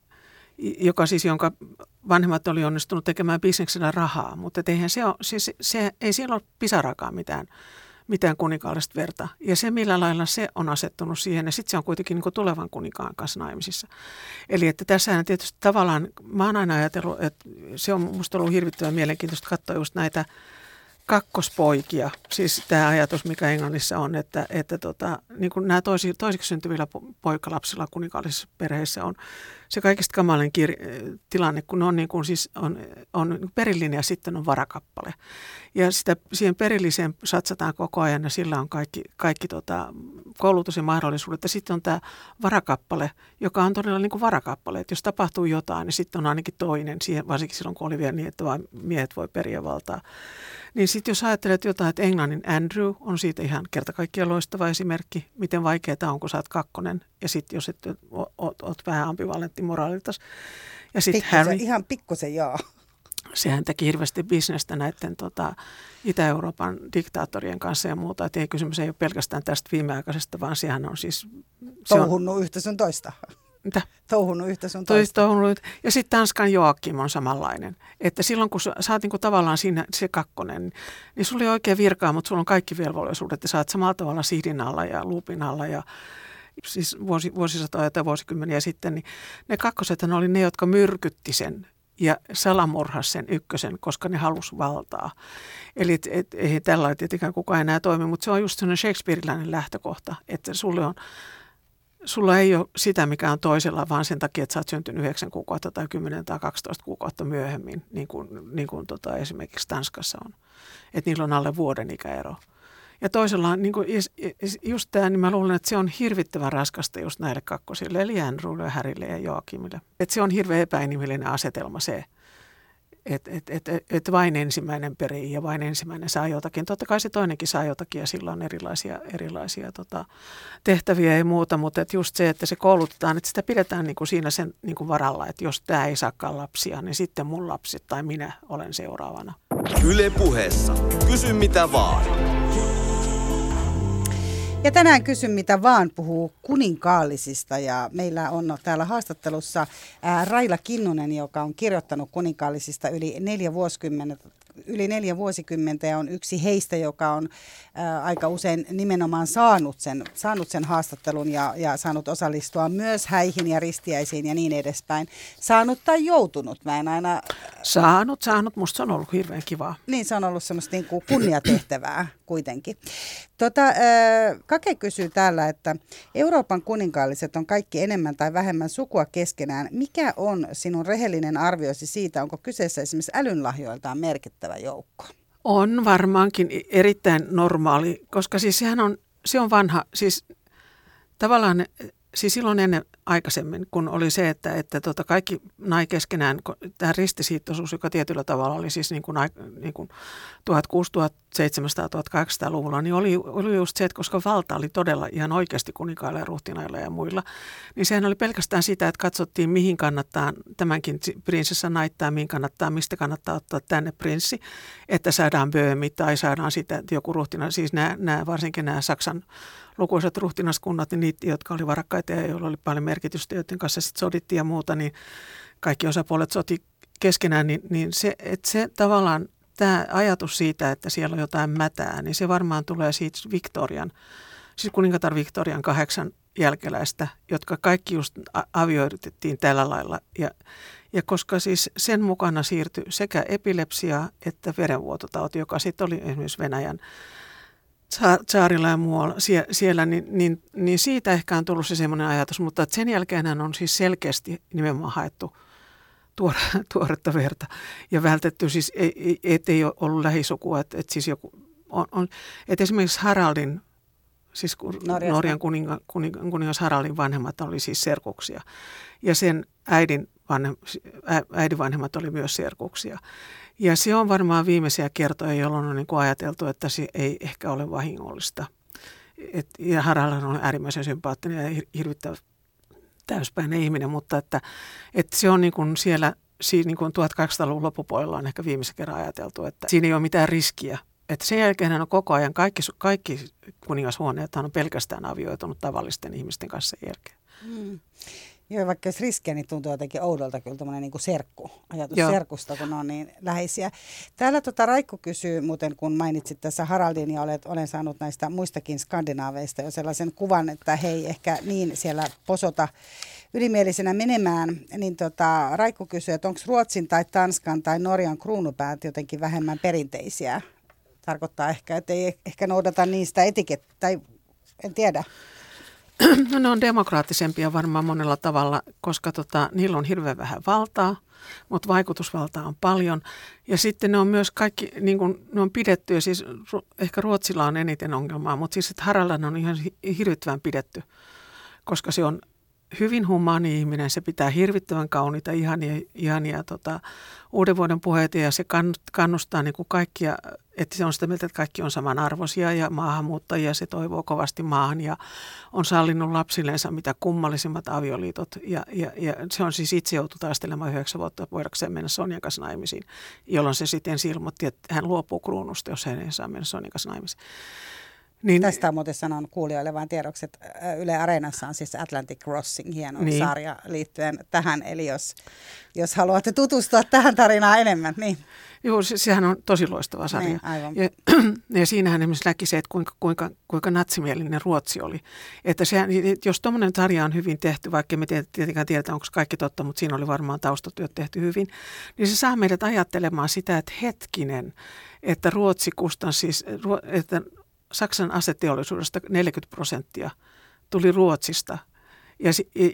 jonka vanhemmat oli onnistunut tekemään bisneksellä rahaa, mutta eihän ei siellä ole pisarakaan mitään kuninkaallista verta. Ja se, millä lailla se on asettunut siihen, ja sitten se on kuitenkin niin kuin tulevan kuninkaan kanssa naimisissa. Eli että tässähän tietysti tavallaan, mä oon aina ajatellut, että se on musta ollut hirvittävän mielenkiintoista katsoa just näitä kakkospoikia, siis tämä ajatus, mikä Englannissa on, että niin kuin nämä toiseksi syntyvillä poikalapsilla kuninkallisissa perheissä on se kaikista kamalin tilanne, kun ne on, niin kuin, siis on perillinen ja sitten on varakappale. Ja siihen perilliseen satsataan koko ajan ja sillä on kaikki koulutus ja mahdollisuudet. Ja sitten on tämä varakappale, joka on todella niin kuin varakappale, että jos tapahtuu jotain, niin sitten on ainakin toinen, varsinkin silloin kun oli vielä niin, että vain miehet voi periä valtaa. Niin sitten jos ajattelet jotain, että Englannin Andrew on siitä ihan kerta kaikkiaan loistava esimerkki, miten vaikeaa on, kun sä oot kakkonen ja sitten jos et oot vähän ambivalentti moraaliltas. Ja sitten Harry. Ihan pikkusen, joo. Sehän teki hirveästi bisnestä näiden Itä-Euroopan diktaattorien kanssa ja muuta. Että kysymys ei ole pelkästään tästä viimeaikaisesta, vaan sehän on siis... Touhunnut yhtä sun toista. Mitä? Touhunnut yhtä sun toista. Ja sitten Tanskan Joakim on samanlainen. Että silloin kun sä oot niinku tavallaan siinä se kakkonen, niin sulla ei oikein virkaa, mutta sulla on kaikki velvollisuudet. Ja sä oot samalla tavalla sihdin alla ja luupin alla ja siis vuosisatoja tai vuosikymmeniä sitten, niin ne kakkosethan oli ne, jotka myrkytti sen ja salamurhasi sen ykkösen, koska ne halusi valtaa. Eli ei tällainen tietenkään kukaan enää toimi, mutta se on just sellainen shakespearilainen lähtökohta, että sulla ei ole sitä, mikä on toisella, vaan sen takia, että sä oot syntynyt 9 kuukautta tai 10 tai 12 kuukautta myöhemmin, niin kuin esimerkiksi Tanskassa on. Että niillä on alle vuoden ikäero. Ja toisella on niin kuin just tämä, niin mä luulen, että se on hirvittävän raskasta just näille kakkosille, eli Andrewlle, Harrylle ja Joakimille. Että se on hirveän epäinhimillinen asetelma se, että vain ensimmäinen perii ja vain ensimmäinen saa jotakin. Totta kai se toinenkin saa jotakin ja sillä on erilaisia tehtäviä ja muuta, mutta että just se, että se koulutetaan, että sitä pidetään niin kuin siinä sen niin kuin varalla, että jos tämä ei saakaan lapsia, niin sitten mun lapset tai minä olen seuraavana. Yle Puheessa. Kysy mitä vaan. Ja tänään Kysy mitä vaan puhuu kuninkaallisista ja meillä on täällä haastattelussa Raila Kinnunen, joka on kirjoittanut kuninkaallisista yli 4 vuosikymmentä ja on yksi heistä, joka on aika usein nimenomaan saanut sen haastattelun ja saanut osallistua myös häihin ja ristiäisiin ja niin edespäin. Saanut tai joutunut, mä en aina... Saanut, musta se on ollut hirveän kivaa. Niin, se on ollut semmoista niin kuin kunniatehtävää kuitenkin. Kake kysyy täällä, että Euroopan kuninkaalliset on kaikki enemmän tai vähemmän sukua keskenään. Mikä on sinun rehellinen arvioisi siitä, onko kyseessä esimerkiksi älynlahjoiltaan merkittävä joukko? On varmaankin erittäin normaali, koska siis se on vanha, siis tavallaan siis silloin ennen aikaisemmin, kun oli se, että kaikki nai keskenään, tämä ristisiittoisuus, joka tietyllä tavalla oli siis niin kuin 1600, 1700, 1800-luvulla, niin oli just se, että koska valta oli todella ihan oikeasti kuninkailla ja ruhtinailla ja muilla, niin sehän oli pelkästään sitä, että katsottiin, mihin kannattaa tämänkin prinsessan naittaa, mistä kannattaa ottaa tänne prinssi, että saadaan Böömi tai saadaan sitä, että joku ruhtina, siis varsinkin nämä Saksan lukuisat ruhtinaskunnat, niin niitä, jotka oli varakkaita ja joilla oli paljon merkitystä, joiden kanssa sitten sodittiin ja muuta, niin kaikki osapuolet soti keskenään, niin se tavallaan tämä ajatus siitä, että siellä on jotain mätää, niin se varmaan tulee siitä siis kuningatar Victorian jälkeläistä, jotka kaikki just avioitettiin tällä lailla. Ja koska siis sen mukana siirtyi sekä epilepsia että verenvuototauti, joka sitten oli esimerkiksi Venäjän tsaarilla ja muualla siellä, niin siitä ehkä on tullut se semmoinen ajatus, mutta sen jälkeen on siis selkeästi nimenomaan haettu tuoretta verta ja vältetty siis, ettei ole ollut lähisukua, että siis joku että esimerkiksi Haraldin, siis Norjan kuningas Haraldin vanhemmat oli siis serkuksia ja sen äidin vanhemmat oli myös serkuksia. Ja se on varmaan viimeisiä kertoja, jolloin on niin kuin ajateltu, että se ei ehkä ole vahingollista. Ja Harald on äärimmäisen sympaattinen ja hirvittävä täyspäinen ihminen, mutta että se on niin kuin siellä niin kuin 1800-luvun loppupuolella on ehkä viimeisen kerran ajateltu, että siinä ei ole mitään riskiä. Että sen jälkeen hän on koko ajan, kaikki kuningashuoneet on pelkästään avioitunut tavallisten ihmisten kanssa sen jälkeen. Joo, vaikka jos riskejä, niin tuntuu jotenkin oudolta kyllä tämmöinen niin serkku, ajatus serkusta, kun on niin läheisiä. Täällä Raikko kysyy, muuten kun mainitsit tässä Haraldin ja olen saanut näistä muistakin skandinaaveista jo sellaisen kuvan, että he ei ehkä niin siellä posota ylimielisenä menemään, niin Raikko kysyy, että onko Ruotsin tai Tanskan tai Norjan kruunupäät jotenkin vähemmän perinteisiä? Tarkoittaa ehkä, että ei ehkä noudata niistä etikettä, tai en tiedä. No ne on demokraattisempia varmaan monella tavalla, koska niillä on hirveän vähän valtaa, mutta vaikutusvaltaa on paljon. Ja sitten ne on myös kaikki, niin kuin ne on pidetty, ja siis ehkä Ruotsilla on eniten ongelmaa, mutta siis että Harald on ihan hirvittävän pidetty, koska se on hyvin humaani ihminen, se pitää hirvittävän kauniita, ihania uuden vuoden puheita ja se kannustaa niin kuin kaikkia, että se on sitä mieltä, että kaikki on samanarvoisia ja maahanmuuttajia, se toivoo kovasti maahan ja on sallinut lapsillensa mitä kummallisimmat avioliitot ja se on siis itse joutu taistelemaan 9 vuotta voidakseen mennä Sonjan kanssa naimisiin, jolloin se sitten ilmoitti, että hän luopuu kruunusta, jos hän ei saa mennä Sonjan kanssa naimisiin. Niin, tästä on muuten sanon kuulijoille vain tiedoksi, että Yle Areenassa on siis Atlantic Crossing, hieno sarja liittyen tähän. Eli jos haluatte tutustua tähän tarinaan enemmän, niin. Joo, sehän on tosi loistava sarja. Niin, aivan. Ja siinähän esimerkiksi näki se, että kuinka natsimielinen Ruotsi oli. Että jos tuommoinen sarja on hyvin tehty, vaikka me tietenkään tiedetä, onko kaikki totta, mutta siinä oli varmaan taustatyöt tehty hyvin, niin se saa meidät ajattelemaan sitä, että hetkinen, että Ruotsi kustansi, että Saksan aseteollisuudesta 40% tuli Ruotsista. Ja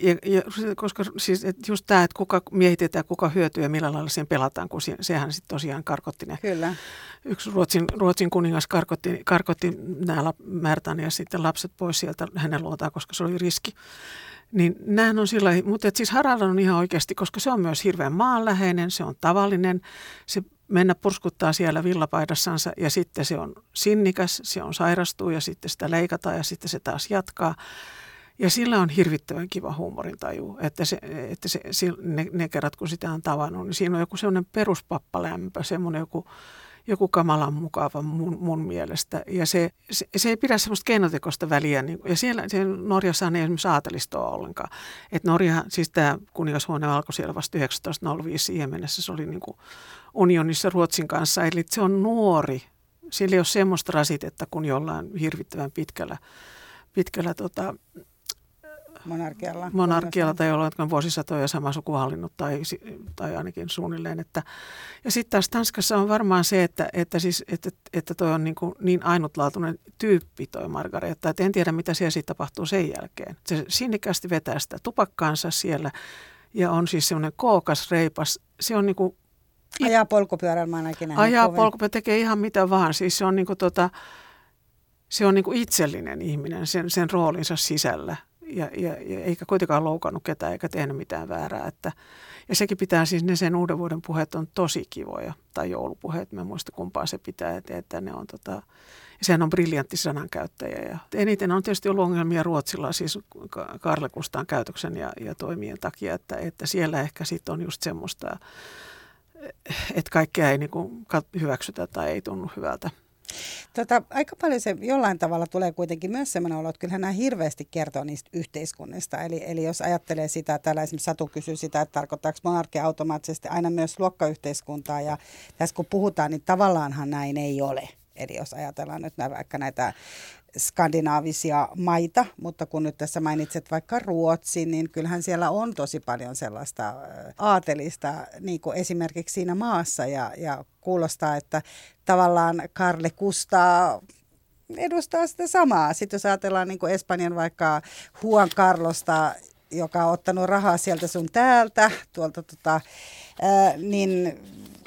koska siis just tämä, että kuka miehitetään, kuka hyötyy ja millä lailla siihen pelataan, kun sehän sitten tosiaan karkotti ne. Kyllä. Yksi Ruotsin kuningas karkotti nämä Märtan ja sitten lapset pois sieltä hänen luotaan, koska se oli riski. Niin nämähän on sillä tavalla, mutta siis Harald on ihan oikeasti, koska se on myös hirveän maanläheinen, se on tavallinen, se mennä purskuttaa siellä villapaidassansa ja sitten se on sinnikäs, se on sairastuu ja sitten sitä leikataan ja sitten se taas jatkaa. Ja sillä on hirvittävän kiva huumorintaju, että ne kerrat kun sitä on tavannut, niin siinä on joku semmoinen peruspappalämpö, semmoinen joku kamalan mukava mun mielestä. Ja se ei pidä semmoista keinotekoista väliä. Ja siellä Norjassa ei esimerkiksi aatelistoa ollenkaan. Että Norja, siis tämä kuningashuone alkoi siellä vasta 1905 siihen mennessä. Se oli niin kuin unionissa Ruotsin kanssa. Eli se on nuori. Sillä ei ole semmoista rasitetta kuin jollain hirvittävän pitkällä monarkialla tai jollain on vuosisatoja sama suku hallinnut tai ainakin suunnilleen. Ja sitten taas Tanskassa on varmaan se, että toi on niin ainutlaatuinen tyyppi toi Margareta, että en tiedä mitä siellä sitten tapahtuu sen jälkeen. Se sinnikästi vetää sitä tupakkaansa siellä ja on siis semmoinen kookas, reipas. Se on niinku ajaa polkupyörällä, mä ainakin näin. Ajaa polkupyörällä, tekee ihan mitä vaan. Siis se on niinku itsellinen ihminen sen roolinsa sisällä. Ja eikä kuitenkaan loukannut ketään eikä tehnyt mitään väärää. Ja sekin pitää siis, ne sen uuden vuoden puheet on tosi kivoja, tai joulupuheet, mä en muista kumpaa se pitää, että ne on sehän on briljantti sanankäyttäjä. Ja eniten on tietysti ollut ongelmia Ruotsilla, siis Karle Kustaan käytöksen ja toimien takia, että siellä ehkä sitten on just semmoista, että kaikkea ei niinku hyväksytä tai ei tunnu hyvältä. Aika paljon se jollain tavalla tulee kuitenkin myös sellainen olo, että kyllähän nämä hirveästi kertoo niistä yhteiskunnista. Eli jos ajattelee sitä, täällä esimerkiksi Satu kysyy sitä, että tarkoittaako monarkia automaattisesti aina myös luokkayhteiskuntaa. Ja tässä kun puhutaan, niin tavallaanhan näin ei ole. Eli jos ajatellaan nyt vaikka näitä skandinaavisia maita, mutta kun nyt tässä mainitset vaikka Ruotsin, niin kyllähän siellä on tosi paljon sellaista aatelista, niin kuin esimerkiksi siinä maassa, ja kuulostaa, että tavallaan Carle Gustaf edustaa sitä samaa. Sitten jos ajatellaan niin kuin Espanjan vaikka Juan Carlosta, joka on ottanut rahaa sieltä sun täältä, tuolta niin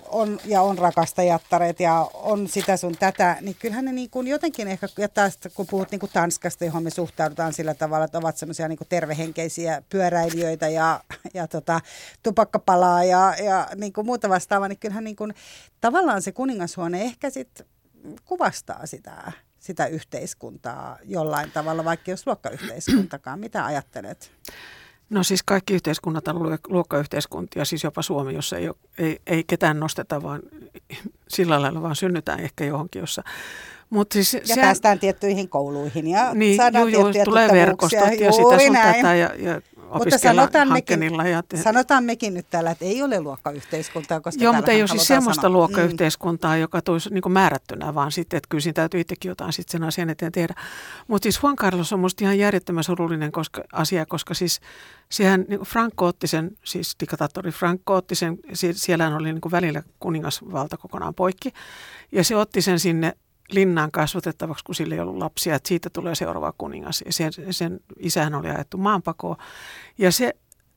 on rakastajattareet ja on sitä sun tätä, niin kyllähän ne niin kuin jotenkin ehkä, ja taas kun puhut niin kuin Tanskasta, johon me suhtaudutaan sillä tavalla, että ovat semmoisia niin kuin tervehenkeisiä pyöräilijöitä ja tupakkapalaa ja niin kuin muuta vastaavaa, niin kyllähän niin kuin, tavallaan se kuningashuone ehkä sitten kuvastaa sitä yhteiskuntaa jollain tavalla, vaikka jos luokkayhteiskuntakaan. Mitä ajattelet? No siis kaikki yhteiskunnat on luokkayhteiskuntia, siis jopa Suomi, jossa ei ketään nosteta, vaan sillä lailla vaan synnytään ehkä johonkin, jossa. Siis ja päästään tiettyihin kouluihin ja niin, saadaan tiettyjä tulee verkostot ja sitä sun tätä ja opiskellaan Hankenilla. Sanotaan mekin nyt täällä, että ei ole luokkayhteiskuntaa, koska joo, mutta ei ole siis semmoista luokkayhteiskuntaa, joka tulisi niin kuin määrättynä, vaan sitten, että kyllä siinä täytyy itsekin jotain sitten sen asian eteen tehdä. Mutta siis Juan Carlos on musta ihan järjettömän surullinen asia, koska siis sehän niin Franco otti sen, siis diktaattori Franco otti sen, siellähän oli niin kuin välillä kuningasvalta kokonaan poikki, ja se otti sen sinne linnaan kasvatettavaksi, kun sillä ei ollut lapsia, että siitä tulee seuraava kuningas. Ja sen isähän oli ajettu maanpakoon. Ja se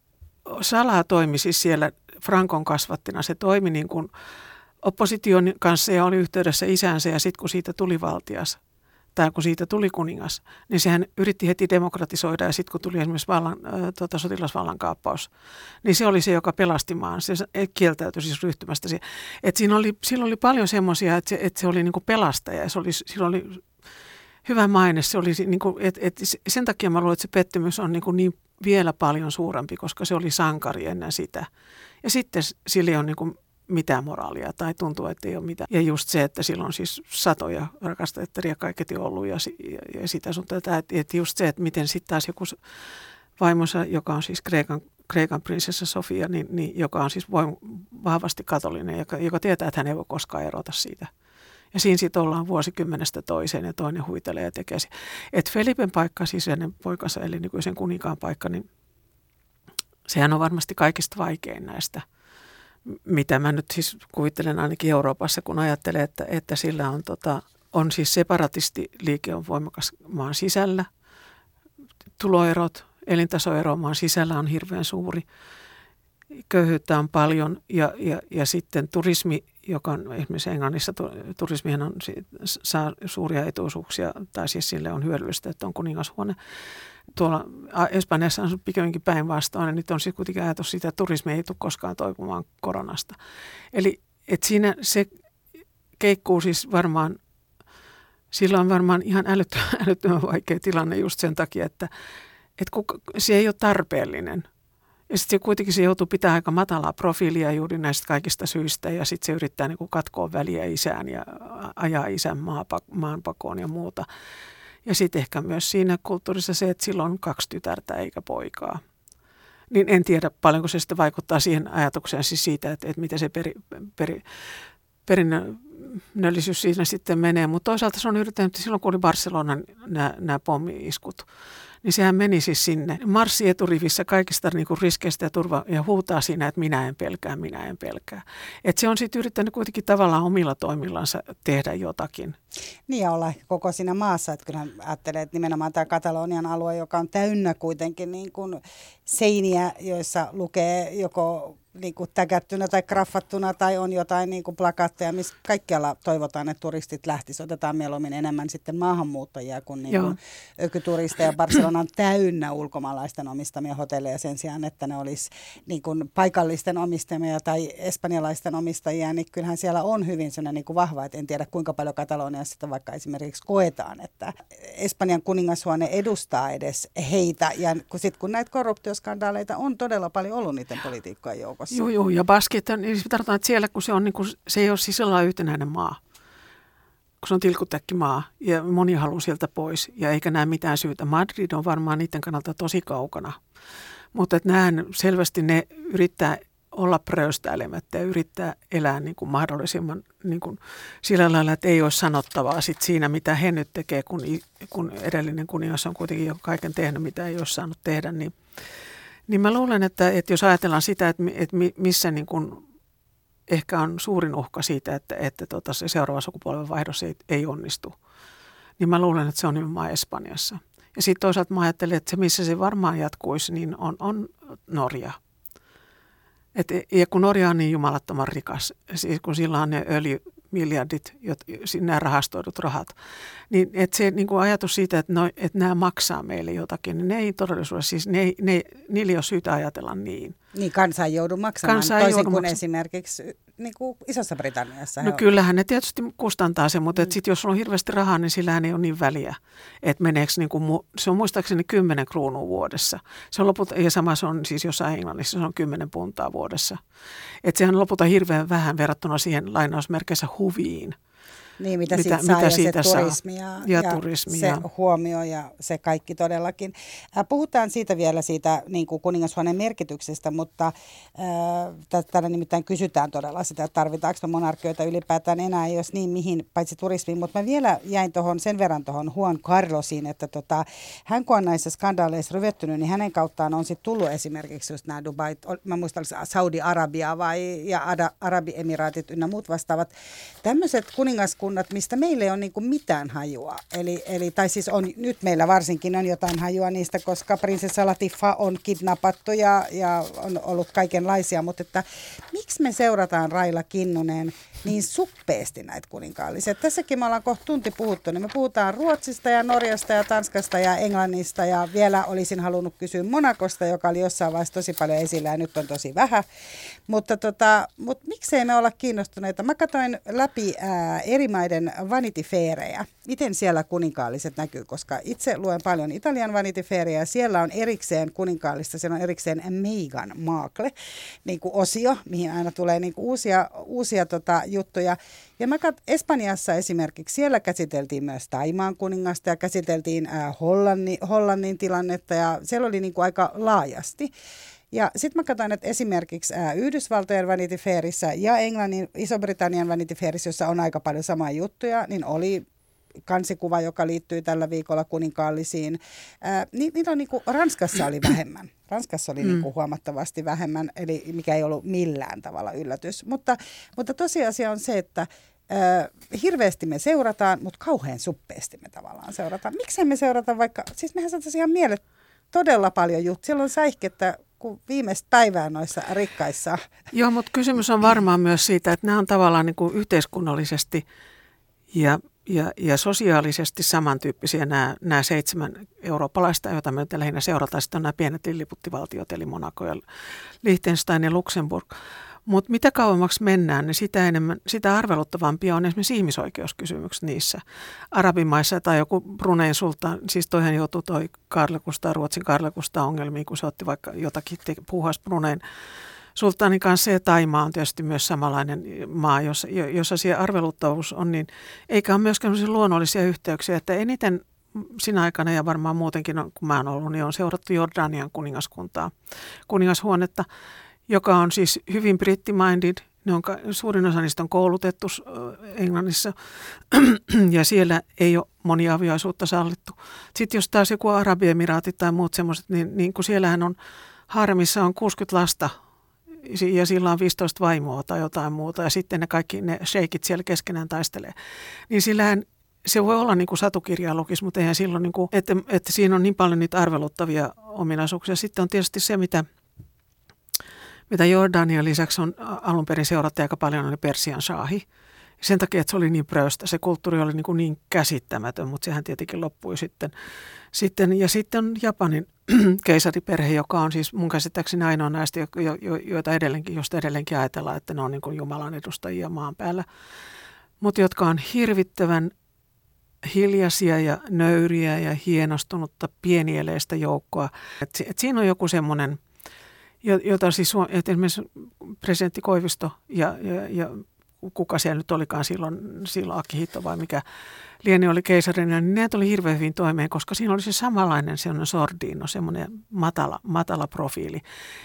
salaa toimi siis siellä Francon kasvattina. Se toimi niin kuin opposition kanssa ja oli yhteydessä isänsä, ja sitten kun siitä tuli valtias, tai kun siitä tuli kuningas, niin sehän yritti heti demokratisoida, ja sitten kun tuli esimerkiksi sotilasvallan kaappaus, niin se oli se, joka pelasti maan. Se kieltäytyi siis ryhtymästä siihen. Sillä oli paljon semmoisia, että se oli niin kuin pelastaja, ja sillä oli hyvä maine. Se oli niin kuin, sen takia mä luulen, että se pettymys on niin vielä paljon suurempi, koska se oli sankari ennen sitä. Ja sitten sillä on niin kuin mitään moraalia tai tuntuu, että ei ole mitään. Ja just se, että silloin siis satoja rakastajattaria kaiketi ollut ja sitä sun tätä, että just se, että miten sitten taas joku vaimonsa, joka on siis Kreikan prinsessa Sofia, niin joka on siis vahvasti katolinen, joka tietää, että hän ei voi koskaan erota siitä. Ja siinä sitten ollaan vuosikymmenestä toiseen ja toinen huitelee ja tekee. Että Felipen paikka, siis hänen poikansa eli nykyisen kuninkaan paikka, niin sehän on varmasti kaikista vaikein näistä. Mitä mä nyt siis kuvittelen ainakin Euroopassa, kun ajattelen, että sillä on siis separatistiliike on voimakas maan sisällä. Tuloerot, elintasoero maan sisällä on hirveän suuri. Köyhyyttä on paljon ja sitten turismi, joka on esimerkiksi Englannissa, turismihan saa suuria etuisuuksia, tai siis sille on hyödyllistä, että on kuningashuone. Tuolla Espanjassa on pikemminkin päinvastoin, ja nyt on sitten kuitenkin ajatus siitä, että turismi ei tule koskaan toipumaan koronasta. Eli että siinä se keikkuu siis varmaan, sillä on varmaan ihan älyttömän vaikea tilanne just sen takia, että se ei ole tarpeellinen. Ja sitten kuitenkin se joutuu pitämään aika matalaa profiilia juuri näistä kaikista syistä, ja sitten se yrittää niin kuin katkoa väliä isään ja ajaa isän maanpakoon ja muuta. Ja sitten ehkä myös siinä kulttuurissa se, että sillä on 2 tytärtä eikä poikaa. Niin en tiedä paljonko se sitten vaikuttaa siihen ajatukseen siis siitä, että miten se perinnöllisyys siinä sitten menee. Mutta toisaalta se on yrittänyt, silloin kun oli Barcelonan nämä pommi-iskut, niin sehän meni siis sinne. Marssi eturivissä kaikista niinku riskeistä ja huutaa siinä, että minä en pelkää. Että se on sitten yrittänyt kuitenkin tavallaan omilla toimillansa tehdä jotakin. Niin ja olla ehkä koko siinä maassa, että kyllähän ajattelee, että nimenomaan tämä Katalonian alue, joka on täynnä kuitenkin niin kuin seiniä, joissa lukee joko niin kuin tägättynä tai graffattuna tai on jotain niin kuin plakaatteja, missä kaikkialla toivotaan, että turistit lähtisivät. Otetaan mieluummin enemmän sitten maahanmuuttajia kuin, niin kuin ökyturisteja. Barcelona on täynnä ulkomaalaisten omistamia hotelleja sen sijaan, että ne olisi niin kuin paikallisten omistamia tai espanjalaisten omistajia, niin kyllähän siellä on hyvin sellainen niin kuin vahva, että en tiedä kuinka paljon Kataloniassa sitä vaikka esimerkiksi koetaan, että Espanjan kuningashuone edustaa edes heitä ja sitten kun näitä korruptioskandaaleita on todella paljon ollut niiden poliitikkojen joukossa. Joo, ja Baskit, niin tarkoitan, että siellä kun se on, niin kuin, se ei ole sisällä yhtenäinen maa, kun se on tilkkutäkkimaa ja moni haluaa sieltä pois ja eikä näe mitään syytä. Madrid on varmaan niiden kannalta tosi kaukana, mutta että näen selvästi ne yrittää olla pröystäilemättä ja yrittää elää niin kuin mahdollisimman niin kuin sillä lailla, että ei ole sanottavaa sit siinä, mitä he nyt tekee, kun edellinen kuningas on kuitenkin jo kaiken tehnyt, mitä ei ole saanut tehdä. Niin mä luulen, että jos ajatellaan sitä, että missä niin kuin ehkä on suurin uhka siitä, että se seuraava sukupolven vaihdos ei onnistu, niin mä luulen, että se on nimenomaan Espanjassa. Ja sitten toisaalta mä ajattelin, että se, missä se varmaan jatkuisi, niin on Norja. Ja kun Norja on niin jumalattoman rikas, siis kun sillä on ne öljymiljardit, nämä rahastoidut rahat, niin että se niin kuin ajatus siitä, että nämä maksaa meille jotakin, niin ne ei todellisuudessa, siis niillä ei ole syytä ajatella niin. Niin kansa ei joudu maksamaan, toisin kuin esimerkiksi niin kuin Isossa Britanniassa. No kyllähän ne tietysti kustantaa sen, mutta sitten jos sulla on hirveästi rahaa, niin sillähän ei ole niin väliä, että meneekö niin kuin, se on muistaakseni 10 kruunua vuodessa. Se on lopulta, ja sama se on siis jossain Englannissa, se on 10 puntaa vuodessa. Että sehän on lopulta hirveän vähän verrattuna siihen lainausmerkeissä huviin. Niin, mitä siitä saa, ja se turismi ja turismi se huomio ja se kaikki todellakin. Puhutaan siitä vielä siitä niin kuin kuningashuoneen merkityksestä, mutta täällä nimittäin kysytään todella sitä, että tarvitaanko monarkioita ylipäätään enää, jos niin mihin, paitsi turismiin. Mutta mä vielä jäin sen verran tuohon Juan Carlosiin, että hän kun on näissä skandaaleissa ryvettynyt, niin hänen kauttaan on sitten tullut esimerkiksi just nämä Dubai, mä muistan Saudi-Arabia ja Arabiemiraatit ynnä muut vastaavat. Tämmöiset kuningaskunnat, mistä meillä ei ole niinku mitään hajua. Tai siis nyt meillä varsinkin on jotain hajua niistä, koska prinsessa Latifa on kidnappattu ja on ollut kaikenlaisia, mutta että miksi me seurataan Raila Kinnunen niin suppeasti näitä kuninkaallisia? Tässäkin me ollaan kohta tunti puhuttu, niin me puhutaan Ruotsista ja Norjasta ja Tanskasta ja Englannista ja vielä olisin halunnut kysyä Monakosta, joka oli jossain vaiheessa tosi paljon esillä ja nyt on tosi vähän. Mutta miksei me olla kiinnostuneita? Mä katsoin läpi eri maiden Vanity Fairejä, miten siellä kuninkaalliset näkyy, koska itse luen paljon Italian Vanity Fairejä ja siellä on erikseen kuninkaallista, siellä on erikseen Meghan Markle niin kuin osio, mihin aina tulee niin kuin uusia juttuja. Ja Espanjassa esimerkiksi siellä käsiteltiin myös Thaimaan kuningasta ja käsiteltiin Hollannin tilannetta ja siellä oli niin kuin aika laajasti. Ja sitten mä katsoin, että esimerkiksi Yhdysvaltojen Vanity Fairissä ja Englannin, Iso-Britannian Vanity Fairissä, jossa on aika paljon samaa juttuja, niin oli kansikuva, joka liittyy tällä viikolla kuninkaallisiin. Niitä on Ranskassa oli vähemmän. Ranskassa oli huomattavasti vähemmän, eli mikä ei ollut millään tavalla yllätys. Mutta tosiasia on se, että hirveästi me seurataan, mutta kauhean suppeasti me tavallaan seurataan. Miksei me seurata vaikka, siis mehän saataisiin ihan mielet todella paljon juttuja. Siellä on säihkettä kuin viimeistä päivää noissa rikkaissa. Joo, mutta kysymys on varmaan myös siitä, että nämä on tavallaan niin kuin yhteiskunnallisesti ja sosiaalisesti samantyyppisiä nämä 7 eurooppalaista, joita me nyt lähinnä seurataan. Sitten on nämä pienet lilliputtivaltiot, eli Monaco ja Liechtenstein ja Luxemburg. Mutta mitä kauemmaksi mennään, niin sitä arveluttavampia on esimerkiksi ihmisoikeuskysymykset niissä. Arabimaissa tai joku Brunein sultaan, siis toihan joutui Ruotsin Kaarle Kustaa ongelmiin, kun se otti vaikka jotakin puuhas Brunein sulttaanin kanssa, ja Thaimaa on tietysti myös samanlainen maa, jossa siellä arveluttavuus on, niin eikä ole myöskään luonnollisia yhteyksiä, että eniten sinä aikana ja varmaan muutenkin, kun mä oon ollut, niin on seurattu Jordanian kuningashuonetta, joka on siis hyvin britti-minded. Suurin osa niistä on koulutettu Englannissa ja siellä ei ole moniavioisuutta sallittu. Sitten jos taas joku Arabiemiraatit tai muut semmoiset, niin kun siellähän on harmissa on 60 lasta ja sillä on 15 vaimoa tai jotain muuta ja sitten ne kaikki ne sheikit siellä keskenään taistelee, niin sillähän se voi olla niin kuin satukirjaa lukis, mutta eihän silloin, niin kuin, että siinä on niin paljon niitä arveluttavia ominaisuuksia. Sitten on tietysti se, mitä Jordanian lisäksi on alun perin seurattu aika paljon, oli Persian shaahi. Sen takia, että se oli niin pröystä. Se kulttuuri oli niin käsittämätön, mutta sehän tietenkin loppui sitten. Ja sitten on Japanin keisariperhe, joka on siis mun käsittääkseni ainoa näistä, josta edelleenkin ajatellaan, että ne on niin kuin Jumalan edustajia maan päällä. Mutta jotka on hirvittävän hiljaisia ja nöyriä ja hienostunutta pienieleistä joukkoa. Et siinä on joku semmoinen, jota siis että esimerkiksi presidentti Koivisto ja kuka siellä nyt olikaan silloin Akihito vai mikä lieni oli keisarina, niin ne tuli hirveän hyvin toimeen, koska siinä oli se samanlainen semmoinen sordino, semmoinen matala profiili.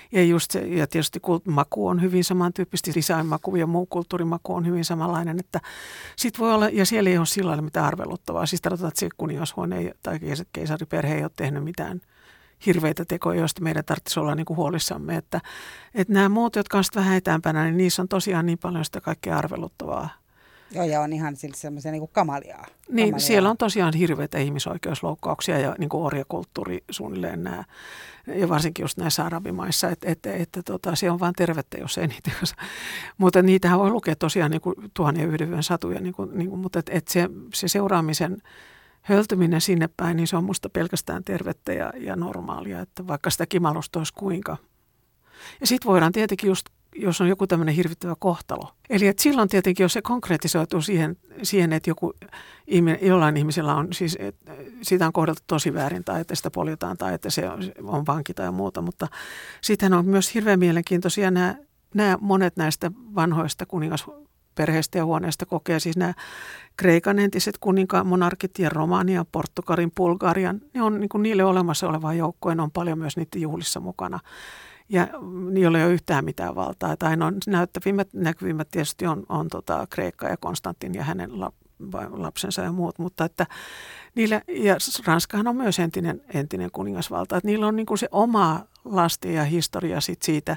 Ja tietysti maku on hyvin samantyyppisesti, designmaku ja muu kulttuurimaku on hyvin samanlainen, että sit voi olla, ja siellä ei ole sillä lailla mitään arveluttavaa. Siis tarkoittaa, että se kuningashuone tai keisariperhe ei ole tehnyt mitään hirveitä tekoja, joista meidän tarvitsisi olla niin kuin huolissamme, että nämä muut, jotka on sitten vähän etäämpänä, niin niissä on tosiaan niin paljon sitä kaikkea arveluttavaa. Joo, ja on ihan semmoisia niin kuin kamalia. Niin, siellä on tosiaan hirveitä ihmisoikeusloukkauksia ja niin kuin orjakulttuuri suunnilleen nämä, ja varsinkin just näissä arabimaissa, että se on vaan tervettä, jos ei niitä. Mutta niitähän voi lukea tosiaan niin kuin 1001 yön satuja, mutta se seuraamisen höltyminen sinne päin, niin se on musta pelkästään tervettä ja normaalia, että vaikka sitä kimalusta olisi kuinka. Ja sitten voidaan tietenkin just, jos on joku tämmöinen hirvittävä kohtalo. Eli että silloin tietenkin, jos se konkretisoituu siihen että jollain ihmisellä on, siis sitä on kohdeltu tosi väärin tai että sitä poljetaan tai että se on vanki tai muuta, mutta sitten on myös hirveän mielenkiintoisia nämä monet näistä vanhoista kuningasperheistä ja huoneista kokee, siis nämä Kreikan entiset kuninkaan monarkit ja Romanian, Portugalin, Bulgarian, ne on niin kuin niille olemassa oleva joukko ja ne on paljon myös niiden juhlissa mukana. Ja niillä ei ole yhtään mitään valtaa. Tai näkyvimmät tietysti on Kreikka ja Konstantin ja hänen lapsensa ja muut. Mutta että niillä, ja Ranskahan on myös entinen kuningasvalta. Että niillä on niin kuin se oma lasti ja historia siitä.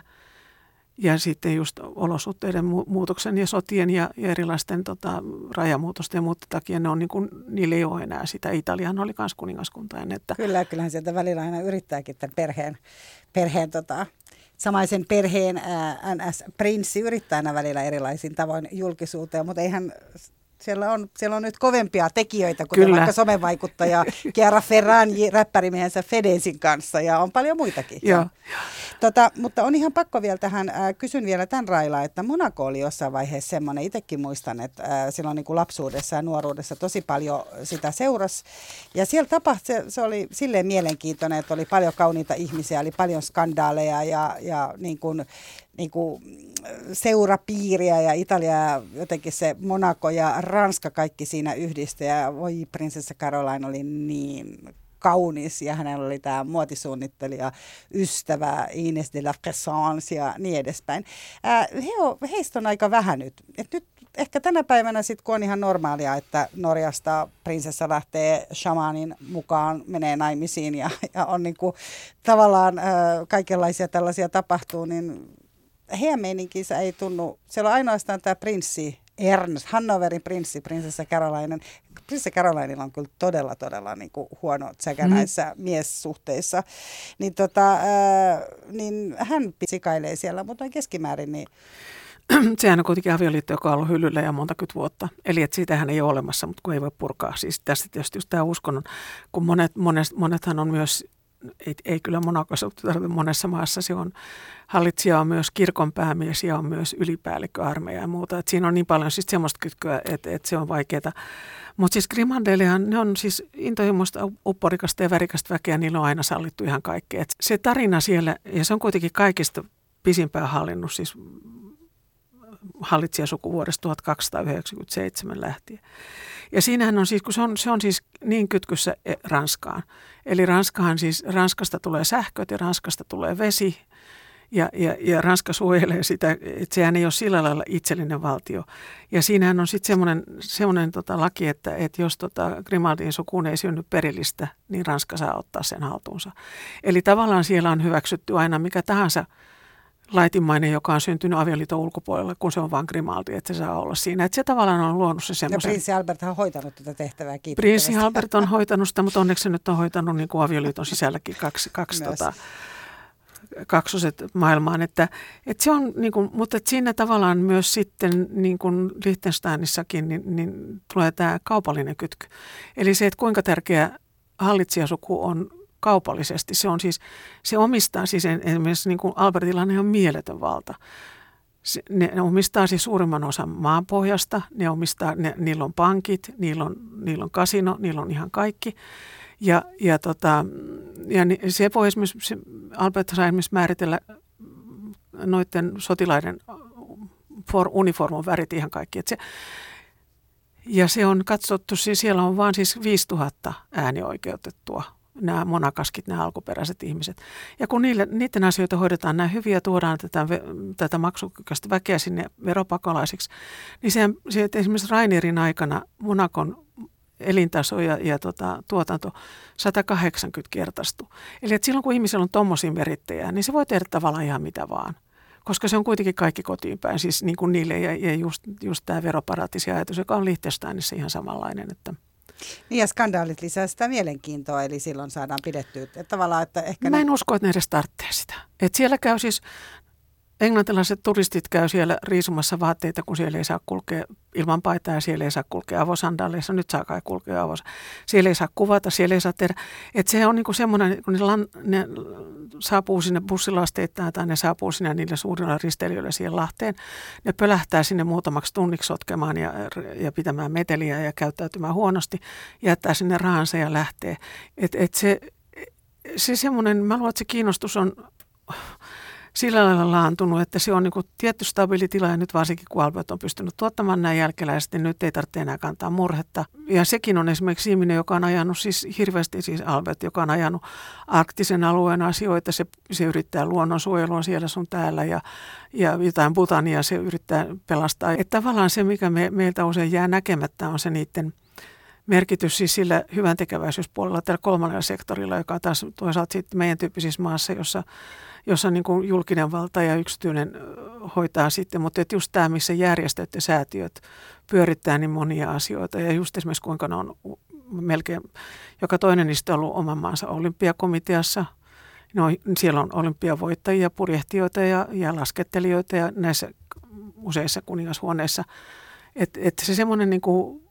Ja sitten just olosuhteiden muutoksen ja sotien ja erilaisten rajamuutosten ja muuten takia ne on niin kuin, niillä ei ole enää sitä. Italiahan oli myös kuningaskunta ennen. Kyllähän sieltä välillä aina yrittääkin tämän perheen samaisen perheen NS-prinssi yrittää aina välillä erilaisin tavoin julkisuuteen, mutta eihän siellä on nyt kovempia tekijöitä, kuten Kyllä. vaikka somevaikuttaja Chiara Ferragni räppärimiehensä Fedensin kanssa ja on paljon muitakin. Joo. Mutta on ihan pakko vielä tähän, kysyn vielä tämän Raila, että Monaco oli jossain vaiheessa semmoinen, itsekin muistan, että silloin niin kuin lapsuudessa ja nuoruudessa tosi paljon sitä seurasi. Ja siellä tapahtui, se oli silleen mielenkiintoinen, että oli paljon kauniita ihmisiä, oli paljon skandaaleja ja niin kuin seurapiiriä ja Italia ja jotenkin se Monaco ja Ranska kaikki siinä yhdistyi ja voi prinsessa Caroline oli niin kaunis ja hänellä oli tämä muotisuunnittelija ystävä Ines de la Présence ja niin edespäin. Heistä on aika vähän nyt. Et nyt ehkä tänä päivänä sitten kun on ihan normaalia, että Norjasta prinsessa lähtee shamanin mukaan, menee naimisiin ja on niinku tavallaan kaikenlaisia tällaisia tapahtuu, niin heidän meininkinsä ei tunnu. Siellä on ainoastaan tämä prinssi Ernst, Hannoverin prinsessa Caroline. Prinsessa Carolinella on kyllä todella niin kuin huono tsäkä näissä miessuhteissa. Niin hän sikailee siellä, mutta keskimäärin niin. Sehän on kuitenkin avioliitto, joka on ollut hyllyllä ja montakymmentä vuotta. Eli että siitähän ei ole olemassa, mutta kun ei voi purkaa. Siis tässä tietysti just tämä uskonnon, kun monethan on myös, ei kyllä Monacossa, mutta monessa maassa se on, hallitsija on myös kirkon päämies ja on myös ylipäällikköarmeija ja muuta. Et siinä on niin paljon siis semmoista kytkyä, että se on vaikeaa. Mutta siis Grimaldelihan, ne on siis intohimoista, upporikasta ja värikästä väkeä, niillä on aina sallittu ihan kaikkea. Et se tarina siellä, ja se on kuitenkin kaikista pisimpään hallinnut, siis hallitsijasukuvuodesta 1297 lähtien. Ja siinähän on siis, kun se on siis niin kytkyssä Ranskaan. Eli Ranskasta tulee sähköt ja Ranskasta tulee vesi ja Ranska suojelee sitä, että sehän ei ole sillä lailla itsellinen valtio. Ja siinähän on sitten semmoinen laki, että jos Grimaldin sukuun ei synny perillistä, niin Ranska saa ottaa sen haltuunsa. Eli tavallaan siellä on hyväksytty aina mikä tahansa laitimmainen, joka on syntynyt avioliiton ulkopuolella, kun se on vain Grimaldi, että se saa olla siinä. Että se tavallaan on luonut se semmoisen. Ja prinssi Albert on hoitanut tätä tehtävää kiitettävästi. Prinssi Albert on hoitanut sitä, mutta onneksi se nyt on hoitanut niin kuin avioliiton sisälläkin kaksoset maailmaan. Että se on, niin kuin, mutta että siinä tavallaan myös sitten niin kuin Liechtensteinissakin niin tulee tämä kaupallinen kytky. Eli se, että kuinka tärkeä hallitsijasuku on kaupallisesti. Se omistaa siis esimerkiksi niin kuin Albertilla on ihan mieletön valta. Ne omistaa siis suurimman osan maanpohjasta, niillä on pankit, niillä on kasino, niillä on ihan kaikki. Ja se voi Albert saa esimerkiksi määritellä noiden sotilaiden uniformun värit ihan kaikki. Ja se on katsottu, siis siellä on vaan siis 5000 äänioikeutettua, nämä monakaskit, nämä alkuperäiset ihmiset. Ja kun niiden asioita hoidetaan näin hyvin ja tuodaan tätä maksukykyistä väkeä sinne veropakolaisiksi, niin se että esimerkiksi Rainierin aikana Monacon elintaso ja tuotanto 180-kertaistui. Eli että silloin kun ihmisellä on tommosia merittejä, niin se voi tehdä tavallaan ihan mitä vaan. Koska se on kuitenkin kaikki kotiin päin, siis niin kuin niille ja just tämä veroparatiisiajatus, joka on Liechtensteinissa ihan samanlainen. Että. Niin ja skandaalit lisää sitä mielenkiintoa, eli silloin saadaan pidettyä. Että tavallaan, että ehkä mä en usko, että ne edes tarvitsee sitä. Että siellä käy siis, englantilaiset turistit käy siellä riisumassa vaatteita, kun siellä ei saa kulkea ilman paitaa ja siellä ei saa kulkea avosandaaleissa. Nyt saa kai kulkea siellä ei saa kuvata, siellä ei saa tehdä. Että se on niinku semmoinen, kun ne saapuu sinne bussilasteittain tai ne saapuu sinne niillä suurilla risteilijöillä siihen Lahteen. Ne pölähtää sinne muutamaksi tunniksi sotkemaan ja pitämään meteliä ja käyttäytymään huonosti. Jättää sinne rahansa ja lähtee. Se semmoinen, mä luulen, että se kiinnostus on sillä lailla laantunut, että se on niin kuin tietty stabiili tila ja nyt varsinkin kun Albert on pystynyt tuottamaan nämä jälkeläiset, niin nyt ei tarvitse enää kantaa murhetta. Ja sekin on esimerkiksi ihminen, joka on ajanut siis hirveästi, siis Albert, joka on ajanut arktisen alueen asioita. Se yrittää luonnonsuojelua siellä sun täällä ja jotain botania se yrittää pelastaa. Että tavallaan se, mikä meiltä usein jää näkemättä, on se niiden merkitys siis sillä hyvän tekeväisyyspuolella tällä kolmannella sektorilla, joka taas toisaalta sitten meidän tyyppisissä maassa, jossa niin kuin julkinen valta ja yksityinen hoitaa sitten, mutta että just tämä, missä järjestöt ja säätiöt pyörittää niin monia asioita ja just esimerkiksi kuinka ne on melkein, joka toinen niistä on ollut oman maansa olympiakomiteassa. Siellä on olympiavoittajia, purjehtijoita ja laskettelijoita ja näissä useissa kuningashuoneissa. Että se semmoinen niin kuin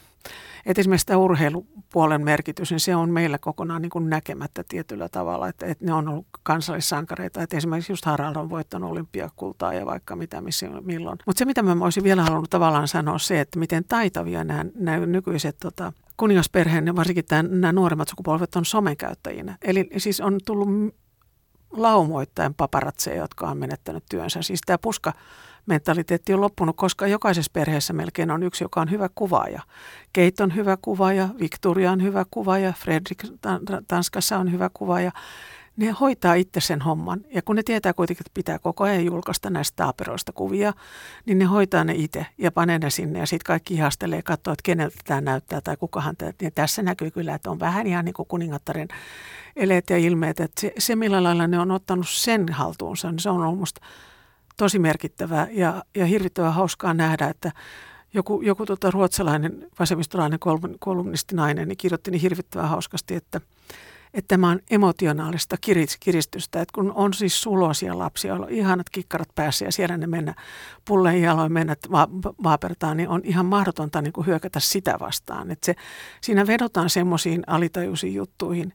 että esimerkiksi tämä urheilupuolen merkitys, niin se on meillä kokonaan niin kuin näkemättä tietyllä tavalla, että ne on ollut kansallissankareita. Että esimerkiksi just Harald on voittanut olympiakultaa ja vaikka mitä, missä milloin. Mutta se, mitä mä olisin vielä halunnut tavallaan sanoa, se, että miten taitavia nämä nykyiset kuningasperheen ja varsinkin nämä nuoremmat sukupolvet on somenkäyttäjinä. Eli siis on tullut laumoittain paparatseja, jotka on menettänyt työnsä. Siis tämä mentaliteetti on loppunut, koska jokaisessa perheessä melkein on yksi, joka on hyvä kuvaaja. Kate on hyvä kuvaaja, Victoria on hyvä kuvaaja, Fredrik Tanskassa on hyvä kuvaaja. Ne hoitaa itse sen homman. Ja kun ne tietää kuitenkin, että pitää koko ajan julkaista näistä taaperoista kuvia, niin ne hoitaa ne itse ja panee ne sinne. Ja sitten kaikki ihastelee ja katsoo, että keneltä tämä näyttää tai kukahan tämä. Ja tässä näkyy kyllä, että on vähän ihan niin kuin kuningattaren eleet ja ilmeet. Että se millä lailla ne on ottanut sen haltuunsa, niin se on ollut musta tosi merkittävää ja hirvittävän hauskaa nähdä, että joku ruotsalainen vasemmistolainen kolumnistinainen niin kirjoitti niin hirvittävän hauskasti, että tämä on emotionaalista kiristystä, että kun on siis suloisia lapsia, joilla on ihanat kikkarat päässä ja siellä ne mennä pulleen jaloin mennä vaapertaan, niin on ihan mahdotonta niin kuin hyökätä sitä vastaan. Että siinä vedotaan semmoisiin alitajuisiin juttuihin.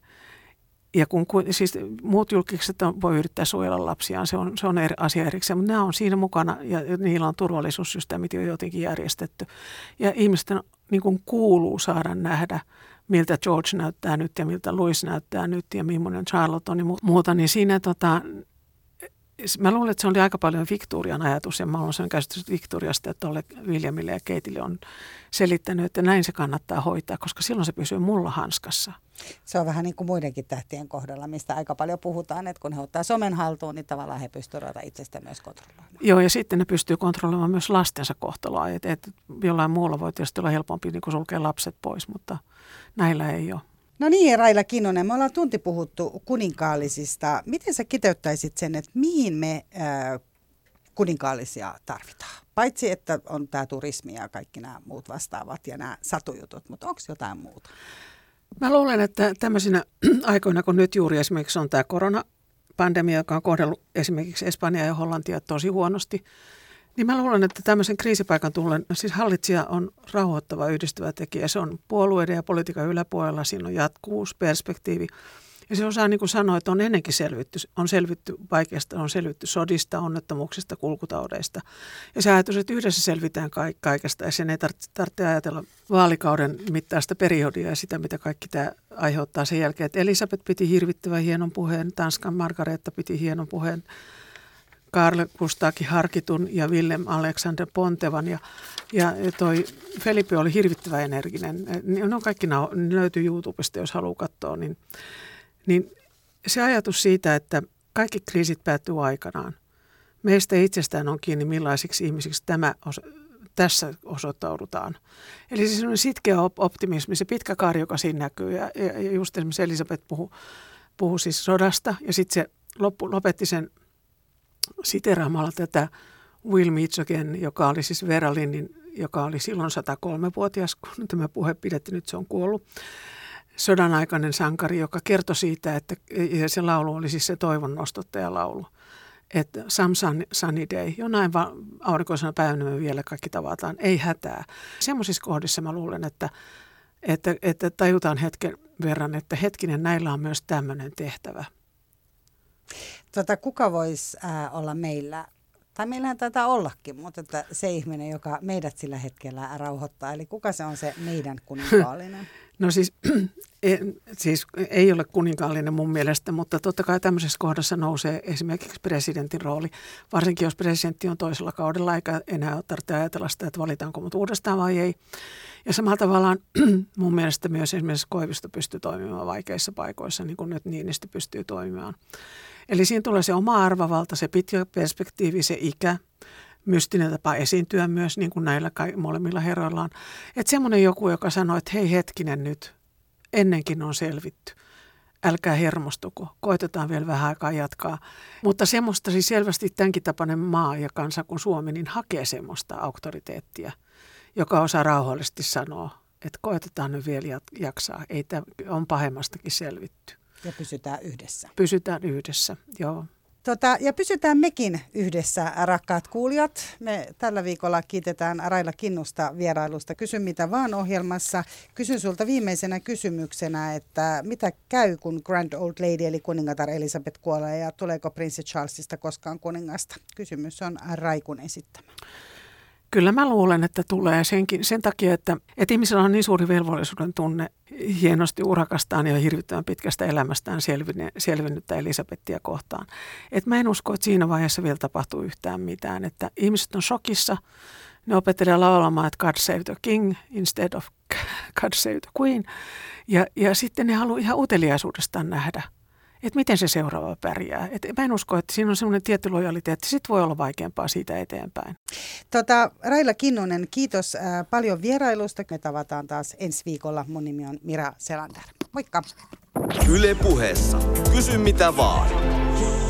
Ja kun siis muut julkiset voi yrittää suojella lapsiaan, se on asia erikseen, mutta nämä on siinä mukana ja niillä on turvallisuussysteemit jo jotenkin järjestetty. Ja ihmisten niin kuin kuuluu saada nähdä, miltä George näyttää nyt ja miltä Louis näyttää nyt ja millainen Charlotte on ja muuta, niin siinä mä luulen, että se oli aika paljon Victorian ajatus ja mä olen sen käsitys Victoriasta, että tuolle Williamille ja Kateille on selittänyt, että näin se kannattaa hoitaa, koska silloin se pysyy mulla hanskassa. Se on vähän niin kuin muidenkin tähtien kohdalla, mistä aika paljon puhutaan, että kun he ottaa somen haltuun, niin tavallaan he pystyvät itsestä myös kontrolloimaan. Joo, ja sitten ne pystyy kontrolloimaan myös lastensa kohtaloa, että jollain muulla voi tietysti olla helpompi niin kuin sulkea lapset pois, mutta näillä ei ole. No niin, Raila Kinnunen, me ollaan tunti puhuttu kuninkaallisista. Miten sä kiteyttäisit sen, että mihin me kuninkaallisia tarvitaan? Paitsi, että on tämä turismi ja kaikki nämä muut vastaavat ja nämä satujutut, mutta onko jotain muuta? Mä luulen, että tämmöisinä aikoina, kun nyt juuri esimerkiksi on tämä koronapandemia, joka on kohdellut esimerkiksi Espanjaa ja Hollantia tosi huonosti, niin mä luulen, että tämmöisen kriisipaikan tullen, siis hallitsija on rauhoittava yhdistävä tekijä. Se on puolueiden ja politiikan yläpuolella, siinä on jatkuvuus, perspektiivi. Ja se osaa niin kuin sanoa, että on ennenkin selvitty vaikeasta, on selvitty sodista, onnettomuuksista, kulkutaudeista. Ja se ajatus, että yhdessä selvitään kaikesta ja sen ei tarvitse ajatella vaalikauden mittaista periodia ja sitä, mitä kaikki tämä aiheuttaa sen jälkeen. Että Elisabeth piti hirvittävän hienon puheen, Tanskan Margareta piti hienon puheen. Karl Gustaki Harkitun ja Willem Alexander Pontevan ja toi Felipe oli hirvittävän energinen. Ne on kaikki ne löytyy YouTubesta, jos haluaa katsoa. Niin se ajatus siitä, että kaikki kriisit päättyy aikanaan. Meistä itsestään on kiinni, millaisiksi ihmisiksi tässä osoittaudutaan. Eli se on sitkeä optimismi, se pitkä kaari, joka siinä näkyy. Ja just esimerkiksi Elisabeth puhui siis sodasta ja sitten se lopetti sen siteraamalla tätä Will Mitchogen, joka oli siis Vera Lynnin, joka oli silloin 103-vuotias, kun tämä puhe pidettiin, nyt se on kuollut. Sodan aikainen sankari, joka kertoi siitä, että ja se laulu oli siis se toivon nostattajalaulu. Että some sunny day, jonain aurinkoisena päivänä me vielä kaikki tavataan, ei hätää. Semmoisissa kohdissa mä luulen, että tajutaan hetken verran, että hetkinen, näillä on myös tämmöinen tehtävä. Kuka voisi olla meillä, tai meillähän taitaa ollakin, mutta että se ihminen, joka meidät sillä hetkellä rauhoittaa, eli kuka se on se meidän kuninkaallinen? No siis ei ole kuninkaallinen mun mielestä, mutta totta kai tämmöisessä kohdassa nousee esimerkiksi presidentin rooli, varsinkin jos presidentti on toisella kaudella, eikä enää tarvitse ajatella sitä, että valitaanko mut uudestaan vai ei. Ja samalla tavallaan mun mielestä myös esimerkiksi Koivisto pystyy toimimaan vaikeissa paikoissa, niin kuin nyt Niinistö pystyy toimimaan. Eli siinä tulee se oma arvovalta, se pitkä perspektiivi, se ikä, mystinen tapa esiintyä myös, niin kuin näillä molemmilla herroilla on. Että semmoinen joku, joka sanoo, että hei hetkinen nyt, ennenkin on selvitty. Älkää hermostuko, koitetaan vielä vähän aikaa jatkaa. Mutta semmoista siis selvästi tämänkin tapainen maa ja kansa kuin Suomi, niin hakee semmoista auktoriteettia, joka osaa rauhallisesti sanoa, että koitetaan nyt vielä jaksaa. Ei tämä on pahemmastakin selvitty. Ja pysytään yhdessä. Pysytään yhdessä, joo. Ja pysytään mekin yhdessä, rakkaat kuulijat. Me tällä viikolla kiitetään Raila Kinnusta vierailusta Kysy mitä vaan -ohjelmassa. Kysyn sulta viimeisenä kysymyksenä, että mitä käy, kun Grand Old Lady eli kuningatar Elisabeth kuolee ja tuleeko prinssi Charlesista koskaan kuningasta? Kysymys on Raikun esittämä. Kyllä mä luulen, että tulee sen takia, että ihmisellä on niin suuri velvollisuuden tunne hienosti urakastaan ja hirvittävän pitkästä elämästään selvinnyttä Elisabethia kohtaan. Et mä en usko, että siinä vaiheessa vielä tapahtuu yhtään mitään. Että ihmiset on shokissa, ne opettelee laulamaan, että God save the king instead of God save the queen. Ja sitten ne haluaa ihan uteliaisuudestaan nähdä, että miten se seuraava pärjää. Et mä en usko, että siinä on semmoinen tietty lojaliteetti. Sitten voi olla vaikeampaa siitä eteenpäin. Raila Kinnunen, kiitos paljon vierailusta. Me tavataan taas ensi viikolla. Mun nimi on Mira Selander. Moikka! Yle Puheessa. Kysy mitä vaan.